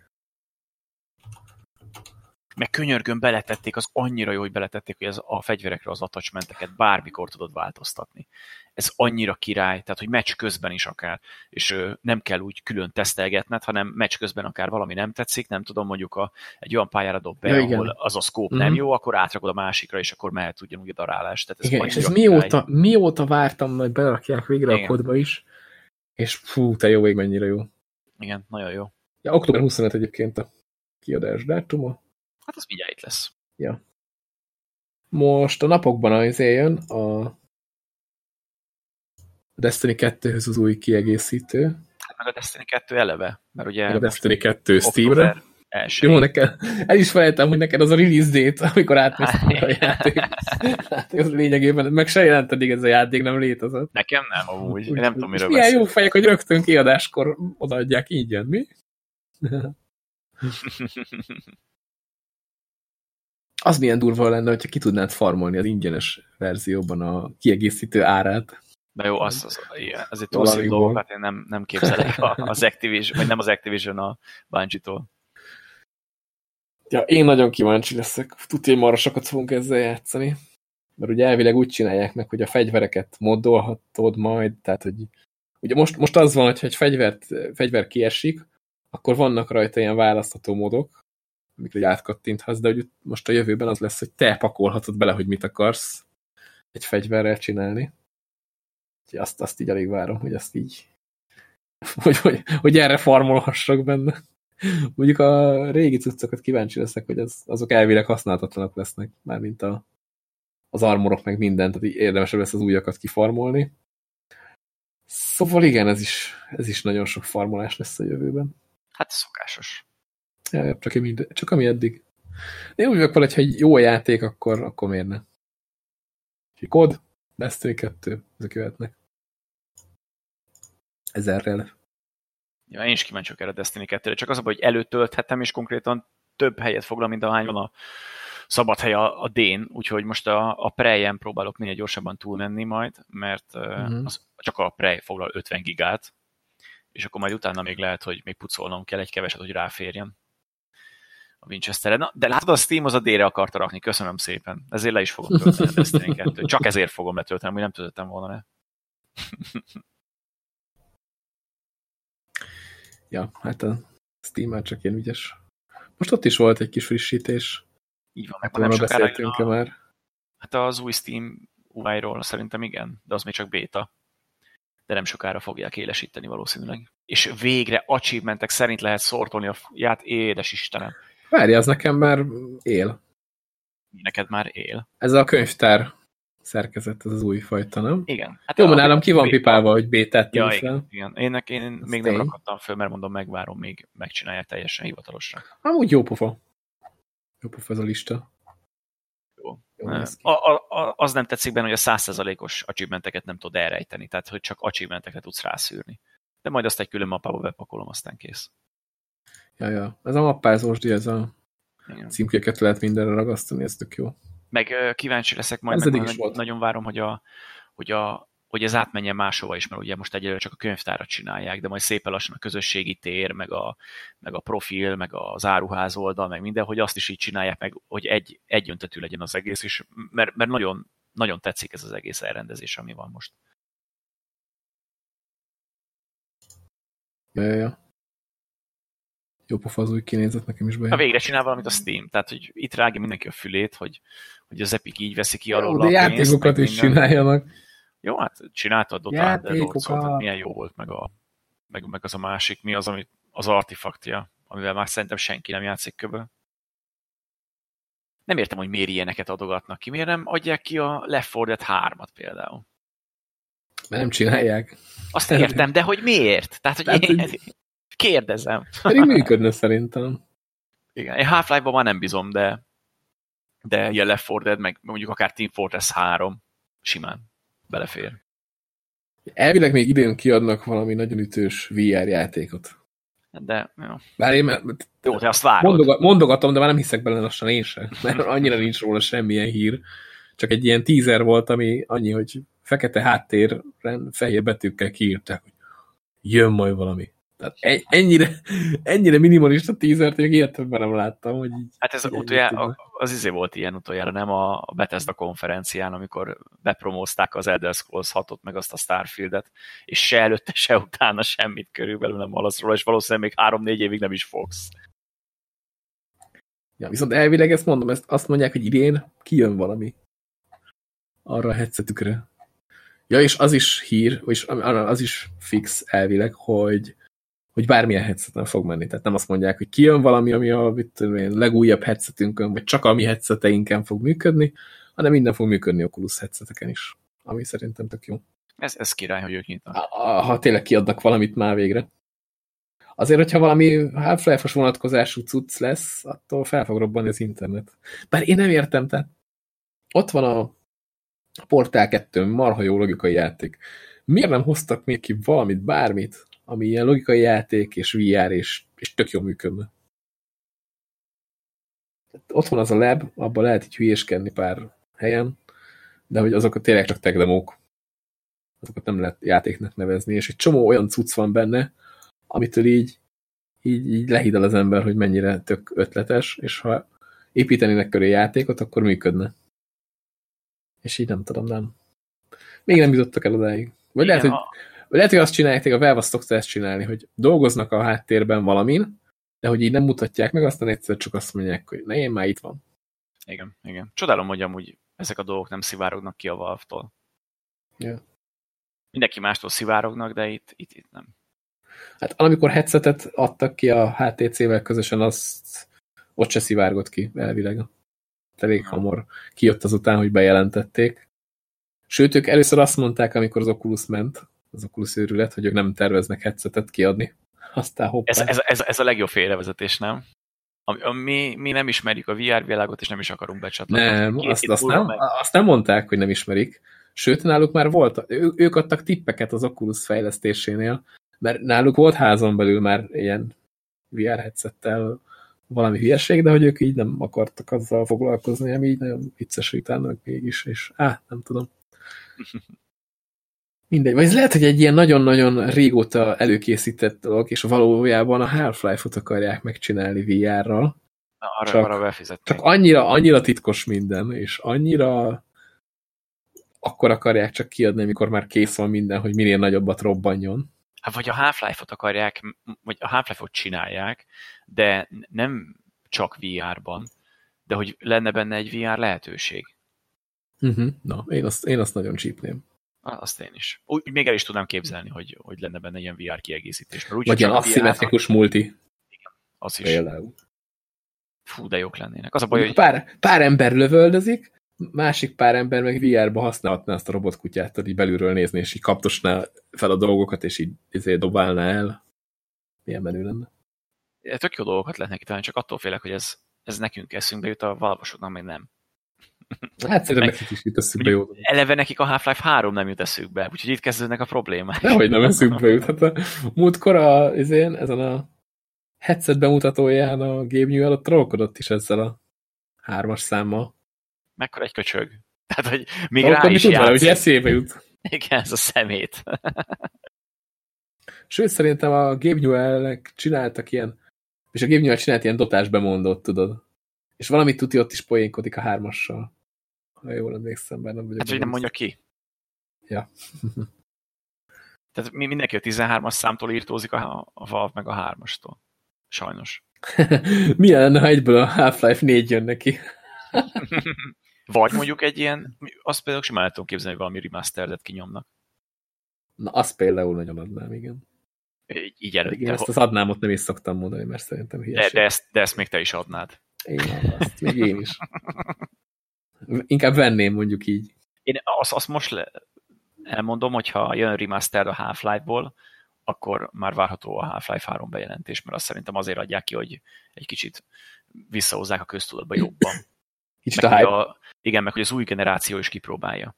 Meg könyörgön beletették, az annyira jó, hogy beletették, hogy a fegyverekre az attachmenteket bármikor tudod változtatni. Ez annyira király, tehát hogy meccs közben is akár, és nem kell úgy külön tesztelgetned, hanem meccs közben akár valami nem tetszik, nem tudom, mondjuk egy olyan pályára dob be, ahol az a scope nem jó, akkor átrakod a másikra, és akkor mehet ugyanúgy a darálás. Tehát ez igen, és ez mióta vártam, hogy belerakják végre a kodba is, és fú, te jó ég, mennyire jó. Igen, nagyon jó. Ja, október 25 egyébként a kiadás dátuma. Hát az mindjárt itt lesz. Ja. Most a napokban jön a Destiny 2-höz az új kiegészítő. Hát meg a Destiny 2 eleve, mert ugye... A Destiny 2 Steamre. Jó, el is felejtem, hogy neked az a release date, amikor átmész a játék. Hát ez lényegében, meg se jelent eddig ez a játék nem létezett. Nekem nem, amúgy. Én nem tudom, miről milyen jó fejek, hogy rögtön kiadáskor odaadják, így jön, mi? Az milyen durva lenne, hogyha ki tudnád farmolni az ingyenes verzióban a kiegészítő árát. De jó, az egy túl szép dolog, hát én nem képzelek az Activision, vagy nem az Activision, a Bungie-tól. Ja, én nagyon kíváncsi leszek. Tudja, hogy marra sokat fogunk ezzel játszani. Mert ugye elvileg úgy csinálják meg, hogy a fegyvereket moddolhatod majd, tehát hogy ugye most az van, hogy egy fegyver kiesik, akkor vannak rajta ilyen választható módok, amikre átkattinthatsz, de hogy most a jövőben az lesz, hogy te pakolhatod bele, hogy mit akarsz, egy fegyverrel csinálni. Azt így alig várom, hogy azt így hogy erre farmolhassak benne. Mondjuk a régi cuccokat kíváncsi leszek, hogy azok elvileg használhatatlanak lesznek, mármint az armorok meg mindent, tehát érdemesebb lesz az újakat kifarmolni. Szóval igen, ez is nagyon sok farmolás lesz a jövőben. Hát szokásos. Ja, csak ami eddig. Én úgy vagyok, hogy egy jó játék, akkor miért ne? COD, Destiny 2, ezek jöhetnek. Ezerrel. Ja, én is kíváncsi erre a Destiny 2-re. Csak az a baj, hogy előtölthetem, és konkrétan több helyet foglal, mint ahány van a szabad hely a D-n, úgyhogy most a Prey-en próbálok minél gyorsabban túlmenni majd, mert csak a Prey foglal 50 gigát, és akkor majd utána még lehet, hogy még pucolnom kell egy keveset, hogy ráférjen a Winchesterre. Na, de látod, a Steam az a D-re akarta rakni, köszönöm szépen. Ezért le is fogom tölteni a Destiny 2-t. Csak ezért fogom letölteni, ami nem töltöttem volna le. Ja, hát a Steam már csak ilyen ügyes. Most ott is volt egy kis frissítés. Így van, hát nem beszéltünk-e már? Hát az új Steam UI-ról szerintem igen, de az még csak beta. De nem sokára fogják élesíteni valószínűleg. És végre achievementek szerint lehet szortolni a édes Istenem. Várja, az nekem már él. Neked már él. Ez a könyvtár szerkezet, ez az új fajta, nem? Igen. Hát jó, nálam ki van pipálva, hogy bétát ja, fel. Igen. Én még nem rakottam föl, mert mondom, megvárom, még megcsinálják teljesen hivatalosra. Amúgy jó pofa. Jó pofa ez a lista. Jó. Az nem tetszik benne, hogy a 100%-os achievementeket nem tud elrejteni, tehát hogy csak achievementekre tudsz rászűrni. De majd azt egy külön mappába bepakolom, aztán kész. Ja. Ez a mappázósdi, ez a címkéket lehet mindenre ragasztani, ez tök jó. Meg kíváncsi leszek majd, nagyon várom, hogy ez átmenjen máshova is, mert ugye most egyelőre csak a könyvtárat csinálják, de majd szépen lassan a közösségi tér, meg a profil, meg az áruház oldal, meg minden, hogy azt is így csinálják meg, hogy egyöntetű legyen az egész, és mert nagyon, nagyon tetszik ez az egész elrendezés, ami van most. Ja. Jó pofa az új kinézet, nekem is bejön. Ha végre csinál valamit a Steam, tehát hogy itt rágja mindenki a fülét, hogy az Epic így veszi ki alól a pénzt. De játékokat is csináljanak. Jó, hát csinálta a Dota, de szóval, milyen jó volt, meg az a másik, mi az, ami az artifaktja, amivel már szerintem senki nem játszik köbben. Nem értem, hogy miért ilyeneket adogatnak ki, miért nem adják ki a Left 4 Dead 3-at például. Mert nem csinálják. Azt értem, de hogy miért? Tehát, hogy én kérdezem. Pedig működne szerintem. Igen, én Half-Life-ban már nem bízom, de ilyen Left 4 Dead, meg mondjuk akár Team Fortress 3 simán belefér. Elvileg még idén kiadnak valami nagyon ütős VR játékot. De, jó. Bár én jó, te azt várod. Mondogatom, de már nem hiszek bele lassan én sem. Mert annyira nincs róla semmilyen hír. Csak egy ilyen teaser volt, ami annyi, hogy fekete háttérren fehér betűkkel kiírták, hogy jön majd valami. Tehát ennyire minimalista teasert, hogy életemben nem láttam, hogy így... Hát ez az volt ilyen utoljára, nem a Bethesda konferencián, amikor bepromózták az Elder Scrolls 6-ot, meg azt a Starfieldet, és se előtte, se utána semmit körülbelül nem hallasz róla, és valószínűleg még 3-4 évig nem is fogsz. Ja, viszont elvileg ezt mondom, azt mondják, hogy idén kijön valami arra a headsetükre. Ja, és az is hír, és az is fix elvileg, hogy bármilyen headseten fog menni. Tehát nem azt mondják, hogy kijön valami, ami a legújabb headsetünkön, vagy csak a mi headseteinken fog működni, hanem minden fog működni Oculus headseteken is. Ami szerintem tök jó. Ez király, hogy ők nyitnak. Ha tényleg kiadnak valamit már végre. Azért, hogyha valami Half-Life-os vonatkozású cucc lesz, attól fel fog robbanni az internet. Bár én nem értem, tehát ott van a Portál 2, marha jó logikai játék. Miért nem hoztak még ki valamit, bármit, ami ilyen logikai játék és VR és tök jól működne? Ott van az a lab, abban lehet így hülyéskedni pár helyen, de hogy azokat tényleg csak tech demók. Azokat nem lehet játéknak nevezni, és egy csomó olyan cucc van benne, amitől így lehidal az ember, hogy mennyire tök ötletes, és ha építenének köré játékot, akkor működne. És így nem tudom, nem. Még nem jutottak el odáig. Vagy lehet, hogy azt csinálják, a Valve azt szokta ezt csinálni, hogy dolgoznak a háttérben valamin, de hogy így nem mutatják meg, aztán egyszer csak azt mondják, hogy ne, én már itt van. Igen. Csodálom, hogy amúgy ezek a dolgok nem szivárognak ki a Valve-tól. Yeah. Mindenki mástól szivárognak, de itt nem. Hát amikor headsetet adtak ki a HTC-vel közösen, azt ott se szivárgott ki elvileg. Elég hamar kijött azután, hogy bejelentették. Sőt, ők először azt mondták, amikor az Oculus ment, az Oculus őrület, hogy ők nem terveznek headsetet kiadni. Aztán hoppá. Ez a legjobb félrevezetés, nem? Mi nem ismerjük a VR világot, és nem is akarunk becsatlakozni. Nem, azt nem mondták, hogy nem ismerik. Sőt, náluk már volt, ők adtak tippeket az Oculus fejlesztésénél, mert náluk volt házon belül már ilyen VR headsettel valami hülyeség, de hogy ők így nem akartak azzal foglalkozni, ami így nagyon vicces utána mégis, és nem tudom. Mindegy, vagy ez lehet, hogy egy ilyen nagyon-nagyon régóta előkészített dolog, és valójában a Half-Life-ot akarják megcsinálni VR-ral. Arra befizetnek. Csak annyira titkos minden, és annyira akkor akarják csak kiadni, amikor már kész van minden, hogy minél nagyobbat robbanjon. Hát vagy a Half-Life-ot akarják, vagy a Half-Life-ot csinálják, de nem csak VR-ban, de hogy lenne benne egy VR lehetőség. Na, én azt nagyon csípném. Azt én is. Úgy még el is tudnám képzelni, hogy lenne benne ilyen VR kiegészítés. Vagy ilyen aszimmetrikus multi. Igen, az is. Például. Fú, de jók lennének. Az a baj, hogy... Pár ember lövöldözik, másik pár ember meg VR-ba használhatná azt a robotkutyát, hogy belülről nézni, és így kaptosná fel a dolgokat, és így dobálná el. Milyen menő lenne. Tök jó dolgokat lehet neki talán, csak attól félek, hogy ez nekünk eszünkbe jut, a Valve-osoknak még nem. Hát szerintem nekik is jut eszükbe jó. Eleve nekik a Half-Life 3 nem jut eszükbe, úgyhogy itt kezdődnek a problémák. Nehogy nem eszükbe jut. Hát a múltkor ezen a headset bemutatóján a Gabe Newell ott trollkodott is ezzel a 3-as számmal. Mekkora egy köcsög. Tehát, hogy még rá is játszik. Hogy eszébe jut. Igen, ez a szemét. Sőt, szerintem a Gabe Newell-nek csináltak ilyen, és a Gabe Newell csinált ilyen dotás bemondót, tudod. És valamit tudja, ott is poénkodik a 3-assal. Ha jól emlékszem, bár nem vagyok. Hát, hogy nem mondja ki. Ja. Tehát mindenki a 13-as számtól írtózik a Valve meg a 3-astól. Sajnos. Milyen lenne, ha egyből a Half-Life 4 jön neki? Vagy mondjuk egy ilyen, azt például simán el tudom képzelni, hogy valami remasteredet kinyomnak. Na, azt például nagyon adnám, igen. Így előtte. Igen, ezt az adnámot nem is szoktam mondani, mert szerintem hülyeség. De ezt még te is adnád. Igen, azt még én is. Inkább venném, mondjuk így. Én azt most elmondom, hogyha jön remastered a Half-Life-ból, akkor már várható a Half-Life 3 bejelentés, mert azt szerintem azért adják ki, hogy egy kicsit visszahozzák a köztudatba jobban. Kicsit a hype. Igen, meg hogy az új generáció is kipróbálja.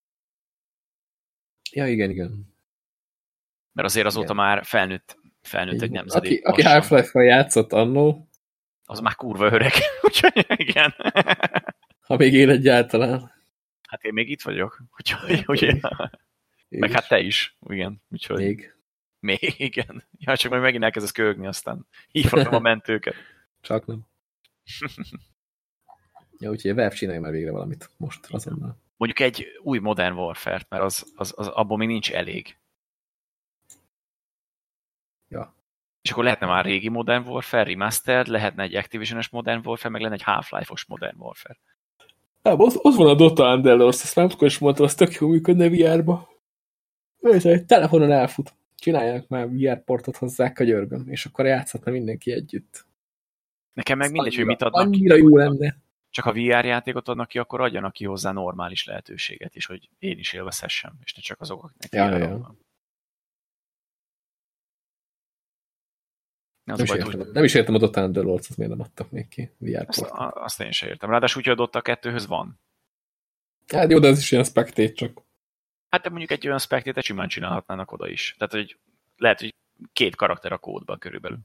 Ja, igen. Mert azért azóta már felnőtt egy nemzedék. Aki Half-Life-val játszott annó, az már kurva öreg. Úgyhogy igen. Ha még él egyáltalán. Hát én még itt vagyok. Úgyhogy meg hát te is. Igen. Úgyhogy még igen. Ja, csak majd megint elkezdesz köhögni, aztán hívhatom a mentőket. Csak nem. Ja, úgyhogy a Valve csinálja már végre valamit most azonnal. Mondjuk egy új Modern Warfare-t, mert az abból még nincs elég. Ja. És akkor lehetne már régi Modern Warfare, remastered, lehetne egy Activision-es Modern Warfare, meg lenne egy Half-Life-os Modern Warfare. Hát, ott van a Dota Underlords, azt már is mondtam, az tök jó működne VR-ba. Egy telefonon elfut. Csinálják már VR portot hozzá, könyörgöm, és akkor játszhatna mindenki együtt. Nekem meg mindegy, hogy mit adnak annyira ki. Jó lenne. Csak ha VR játékot adnak ki, akkor adjanak ki hozzá normális lehetőséget, és hogy én is élvezhessem, és ne csak azok, akiknek ja. Nem is értem a Dota Underlords, azt miért nem adtak még ki VR portot. Azt én sem értem. Ráadásul úgy, hogy a Dota 2-höz van. Hát jó, de ez is ilyen spectate csak. Hát de mondjuk egy olyan spectate simán csinálhatnának oda is. Tehát, hogy lehet, hogy 2 karakter a kódban körülbelül.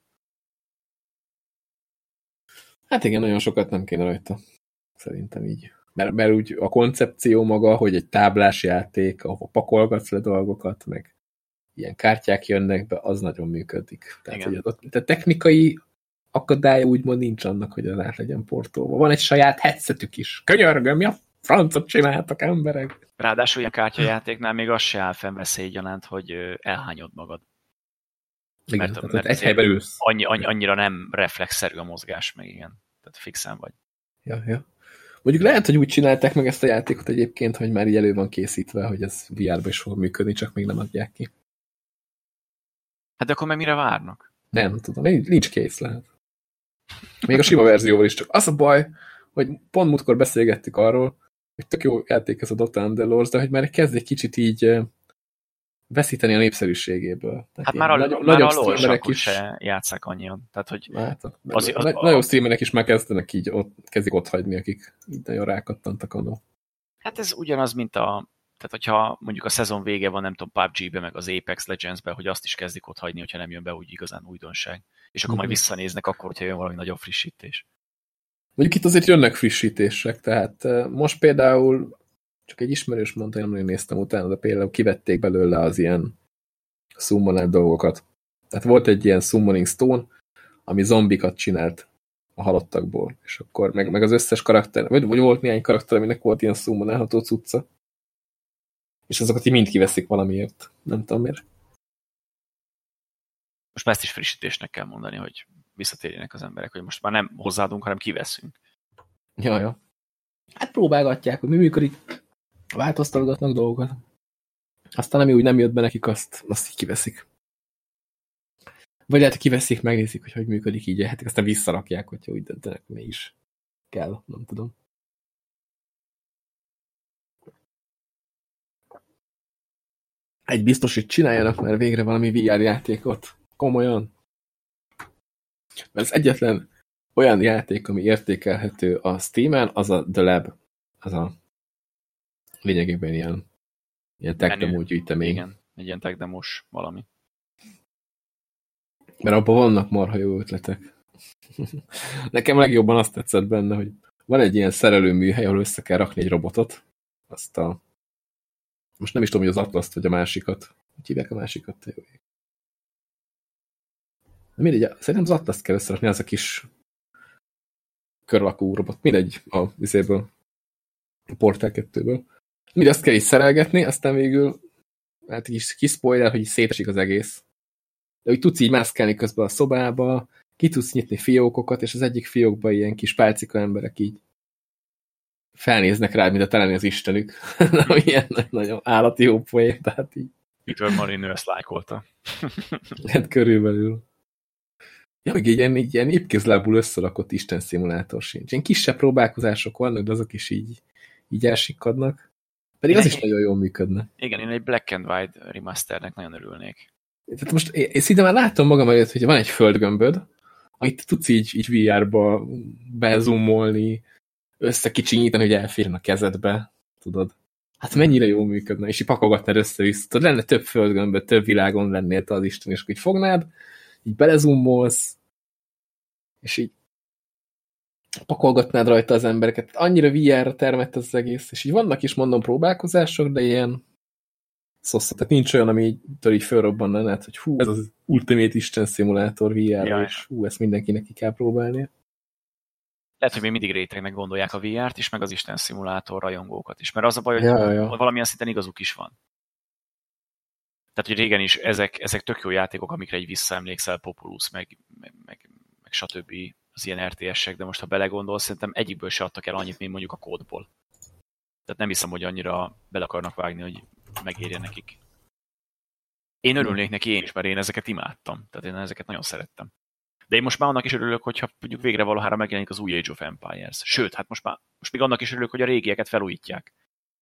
Hát igen, nagyon sokat nem kéne rajta. Szerintem így. Mert úgy a koncepció maga, hogy egy táblás játék, ahol pakolgatsz le dolgokat, meg ilyen kártyák jönnek be, az nagyon működik. Tehát, hogy a technikai akadálya úgymond nincs annak, hogy az át legyen portolva. Van egy saját headsetük is. Könyörgöm, ja, francot csináltak emberek. Ráadásul ilyen kártyajátéknál még az se áll fenn veszélygyanánt, hogy elhányod magad. Igen, mert egy helyben ülsz. Annyira nem reflexzerű a mozgás, meg igen. Tehát fixen vagy. Ja. Mondjuk lehet, hogy úgy csinálták meg ezt a játékot egyébként, hogy már így elő van készítve, hogy ez VR-ba is fog működni, csak még nem adják ki. Hát de akkor meg mire várnak? Nem tudom, nincs kész lehet. Még a sima verzióval is csak. Az a baj, hogy pont múltkor beszélgettük arról, hogy tök jó játék ez a Dota Underlords, de hogy már kezd egy kicsit így veszíteni a népszerűségéből. Tehát hát már a LoL is se játsszák annyian. Tehát, hogy nagyobb streamerek is már kezdik ott hagyni, akik így nagyon rákattantak annól. Hát ez ugyanaz, mint tehát hogyha mondjuk a szezon vége van, nem tudom, PUBG-be, meg az Apex Legends-be, hogy azt is kezdik ott hagyni, hogyha nem jön be úgy igazán újdonság. És akkor majd visszanéznek akkor, hogyha jön valami nagyobb frissítés. Mondjuk itt azért jönnek frissítések, tehát most például csak egy ismerős mondta, én nem néztem utána, de például kivették belőle az ilyen summoned dolgokat. Tehát volt egy ilyen summoning stone, ami zombikat csinált a halottakból, és akkor meg az összes karakter, vagy volt néhány karakter, aminek volt ilyen summonálható cucca, és azokat így mind kiveszik valamiért. Nem tudom miért. Most már ezt is frissítésnek kell mondani, hogy visszatérjenek az emberek, hogy most már nem hozzáadunk, hanem kiveszünk. Ja. Hát próbálgatják, hogy mi működik, változtatgatnak dolgokat. Aztán ami úgy nem jött be nekik, azt így kiveszik. Vagy lehet, hogy kiveszik, megnézik, hogy működik így, hát aztán visszarakják, hogyha úgy döntenek, mi is kell, nem tudom. Egy biztos, hogy csináljanak már végre valami VR játékot. Komolyan. Mert az egyetlen olyan játék, ami értékelhető a Steam-en, az a The Lab. Az a lényegében ilyen tech-demó gyűjtemény. Igen, egy ilyen tech-demós valami. Mert abban vannak marha jó ötletek. Nekem legjobban azt tetszett benne, hogy van egy ilyen szerelőműhely, ahol össze kell rakni egy robotot. Most nem is tudom, hogy az Atlaszt vagy a másikat. Hogy hívják a másikat? Te jó ég. De mindegy, szerintem az Atlaszt kell összerakni, az a kis körlakú robot. Mindegy a Portal 2-ből. Mindegy, azt kell így szerelgetni, aztán végül hát így kiszpoiler, hogy így szétesik az egész. De úgy tudsz így mászkálni közben a szobába, ki tudsz nyitni fiókokat, és az egyik fiókban ilyen kis pálcika emberek így felnéznek rád, mint a te lenni az istenük. Ilyen nagyon állati jó poén, tehát így. Peter Molyneux ezt lájkolta. Hát körülbelül. Ja, meg ilyen épkézlábul összerakott Isten szimulátor sincs. Ilyen kisebb próbálkozások vannak, de azok is így elsikkadnak. Pedig az is nagyon jól működne. Igen, én egy Black and White remasternek nagyon örülnék. Tehát most én szinte már látom magam előtt, hogy van egy földgömböd, amit tudsz így VR-ba bezoomolni, összekicsinyíteni, hogy elférjen a kezedbe, tudod. Hát mennyire jól működne, és így pakogatnád össze-vissza. Tudod, lenne több földgömböd, több világon lennél te az Isten, és akkor így fognád, így belezoomolsz, és így pakolgatnád rajta az embereket. Annyira VR-ra termett az egész, és így vannak is, mondom, próbálkozások, de ilyen szoszat. Tehát nincs olyan, ami így fölrobbanna, hogy hú, ez az Ultimate Isten szimulátor VR-ra, és hú, ezt mindenkinek ki kell próbálnia. Lehet, hogy még mindig rétegnek gondolják a VR-t is, meg az Isten szimulátor rajongókat is. Mert az a baj, hogy valamilyen szinten igazuk is van. Tehát, hogy régen is ezek tök jó játékok, amikre így visszaemlékszel, Populus, meg stb. Az ilyen RTS-ek, de most ha belegondolsz, szerintem egyikből se adtak el annyit, mint mondjuk a kódból. Tehát nem hiszem, hogy annyira bele akarnak vágni, hogy megérjen nekik. Én örülnék neki én is, mert én ezeket imádtam. Tehát én ezeket nagyon szerettem. De én most már annak is örülök, hogyha mondjuk végre valahára megjelenik az új Age of Empires. Sőt, hát most még annak is örülök, hogy a régieket felújítják.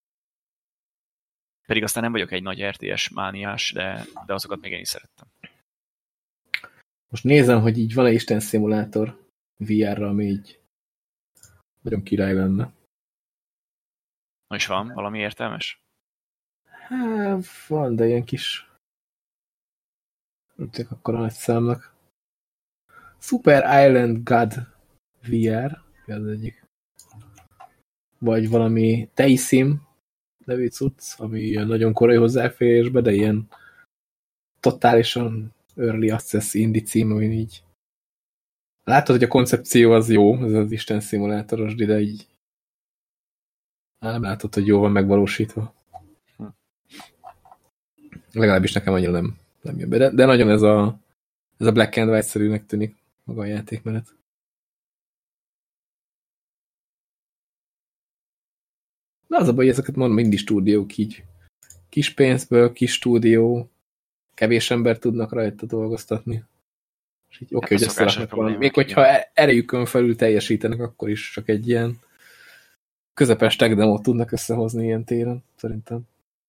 Pedig aztán nem vagyok egy nagy RTS mániás, de azokat még én is szerettem. Most nézem, hogy így van-e Isten szimulátor VR-ra, ami így nagyon király lenne. Na és van valami értelmes? Hát van, de ilyen kis nem tudok akkor a nagy számnak. Super Island God VR, az egyik. Vagy valami Teisim nevű cucc, ami ilyen nagyon korai hozzáférésbe, de ilyen totálisan early access indie cím, ami így látod, hogy a koncepció az jó, ez az Isten szimulátoros, de így nem látod, hogy jó van megvalósítva. Legalábbis nekem annyira nem jön be, de nagyon ez a Black and White-szerűnek tűnik maga a játékmenet. Na az a baj, ezeket mondom, mindig stúdiók így. Kis pénzből, kis stúdió, kevés ember tudnak rajta dolgoztatni. És így oké, hogy összeraknak valami. Még hogyha erejükön felül teljesítenek, akkor is csak egy ilyen közepes tech demót tudnak összehozni ilyen téren, szerintem.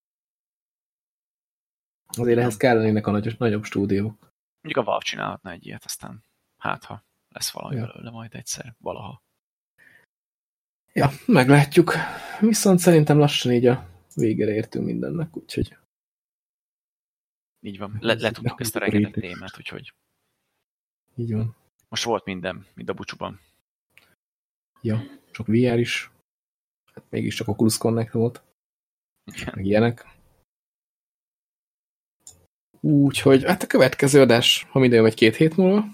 Azért ehhez kellenének a nagyobb stúdiók. Mondjuk a Valve csinálhatna egy ilyet, aztán hát ha lesz valami belőle majd egyszer, valaha. Ja, meglátjuk. Viszont szerintem lassan így a végére értünk mindennek, úgyhogy... Így van, letudtuk ezt a rengeteg témát, úgyhogy... Így van. Most volt minden, mint a búcsúban. Ja, sok VR is. Hát mégis csak Oculus Connect volt. Igen. Meg ilyenek. Úgyhogy, hát a következő adás, ha minden vagy 2 hét múlva.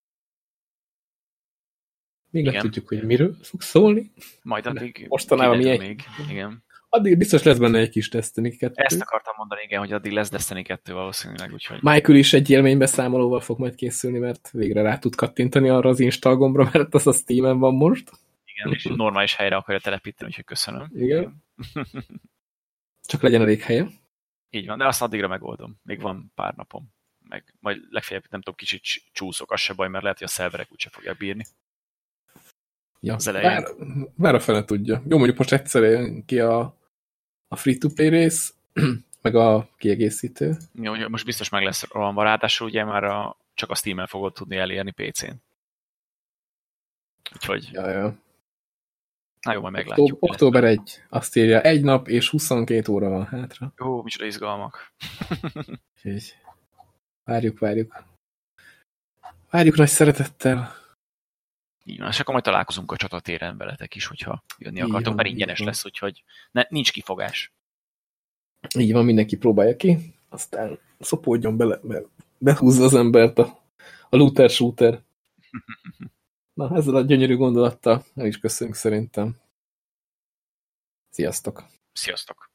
Még nem tudjuk, hogy miről fog szólni. Majd addig mostanában mi még. Igen. Addig biztos lesz benne egy kis Destiny 2. Ezt akartam mondani, igen, hogy addig lesz Destiny 2 valószínűleg, úgyhogy... Michael is egy élménybeszámolóval fog majd készülni, mert végre rá tud kattintani arra az install gombra, mert az a Steam-en van most. Igen, és normális helyre akarja telepíteni, úgyhogy köszönöm. Igen. Csak legyen elég helye. Így van, de azt addigra megoldom. Még van pár napom. Meg majd legfeljebb, nem tudom, kicsit csúszok, az se baj, mert lehet, hogy a szerverek úgyse fogják bírni. Ja, bár a fele tudja. Jó, mondjuk most egyszerre jön ki a free-to-play rész, meg a kiegészítő. Jó, most biztos meg lesz rohanva, ráadásul ugye már csak a Steam-en fogod tudni elérni PC-n. Úgyhogy... Ja. Na jó, majd meglátjuk. Október 1, azt írja, 1 nap és 22 óra van hátra. Jó, micsoda izgalmak. Úgyhogy várjuk. Várjuk nagy szeretettel. Így van, és akkor majd találkozunk a csatatéren veletek is, hogyha jönni akartok, mert ingyenes lesz, úgyhogy nincs kifogás. Így van, mindenki próbálja ki, aztán szopódjon bele, mert behúzza az embert a looter-shooter. Na, ezzel a gyönyörű gondolattal el is köszönjük szerintem. Sziasztok! Sziasztok!